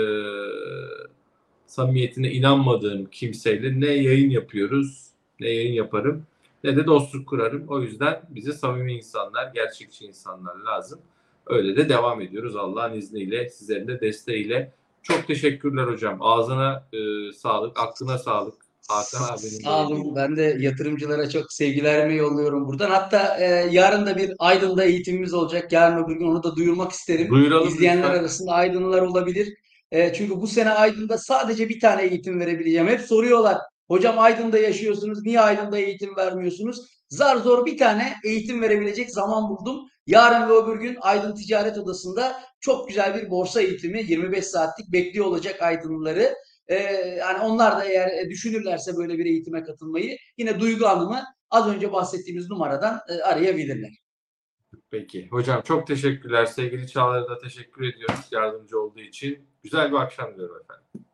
samimiyetine inanmadığım kimseyle ne yayın yapıyoruz, ne yayın yaparım, ne de dostluk kurarım. O yüzden bize samimi insanlar, gerçekçi insanlar lazım. Öyle de devam ediyoruz Allah'ın izniyle, sizlerin de desteğiyle. Çok teşekkürler hocam. Ağzına sağlık, aklına sağlık. Hakan abinin Sağ olun. Ben de yatırımcılara çok sevgilerimi yolluyorum buradan. Hatta yarın da bir Aydın'da eğitimimiz olacak. Yarın öbür gün onu da duyurmak isterim. Duyuralım İzleyenler lütfen. arasında Aydınlılar olabilir. Çünkü bu sene Aydın'da sadece bir tane eğitim verebileceğim. Hep soruyorlar. Hocam Aydın'da yaşıyorsunuz. Niye Aydın'da eğitim vermiyorsunuz? Zar zor bir tane eğitim verebilecek zaman buldum. Yarın ve öbür gün Aydın Ticaret Odası'nda çok güzel bir borsa eğitimi 25 saatlik bekliyor olacak Aydınlıları. Yani onlar da eğer düşünürlerse böyle bir eğitime katılmayı yine Duygu Hanım'ı az önce bahsettiğimiz numaradan arayabilirler. Peki. Hocam çok teşekkürler. Sevgili Çağlar'a da teşekkür ediyoruz yardımcı olduğu için. Güzel bir akşam diliyorum efendim.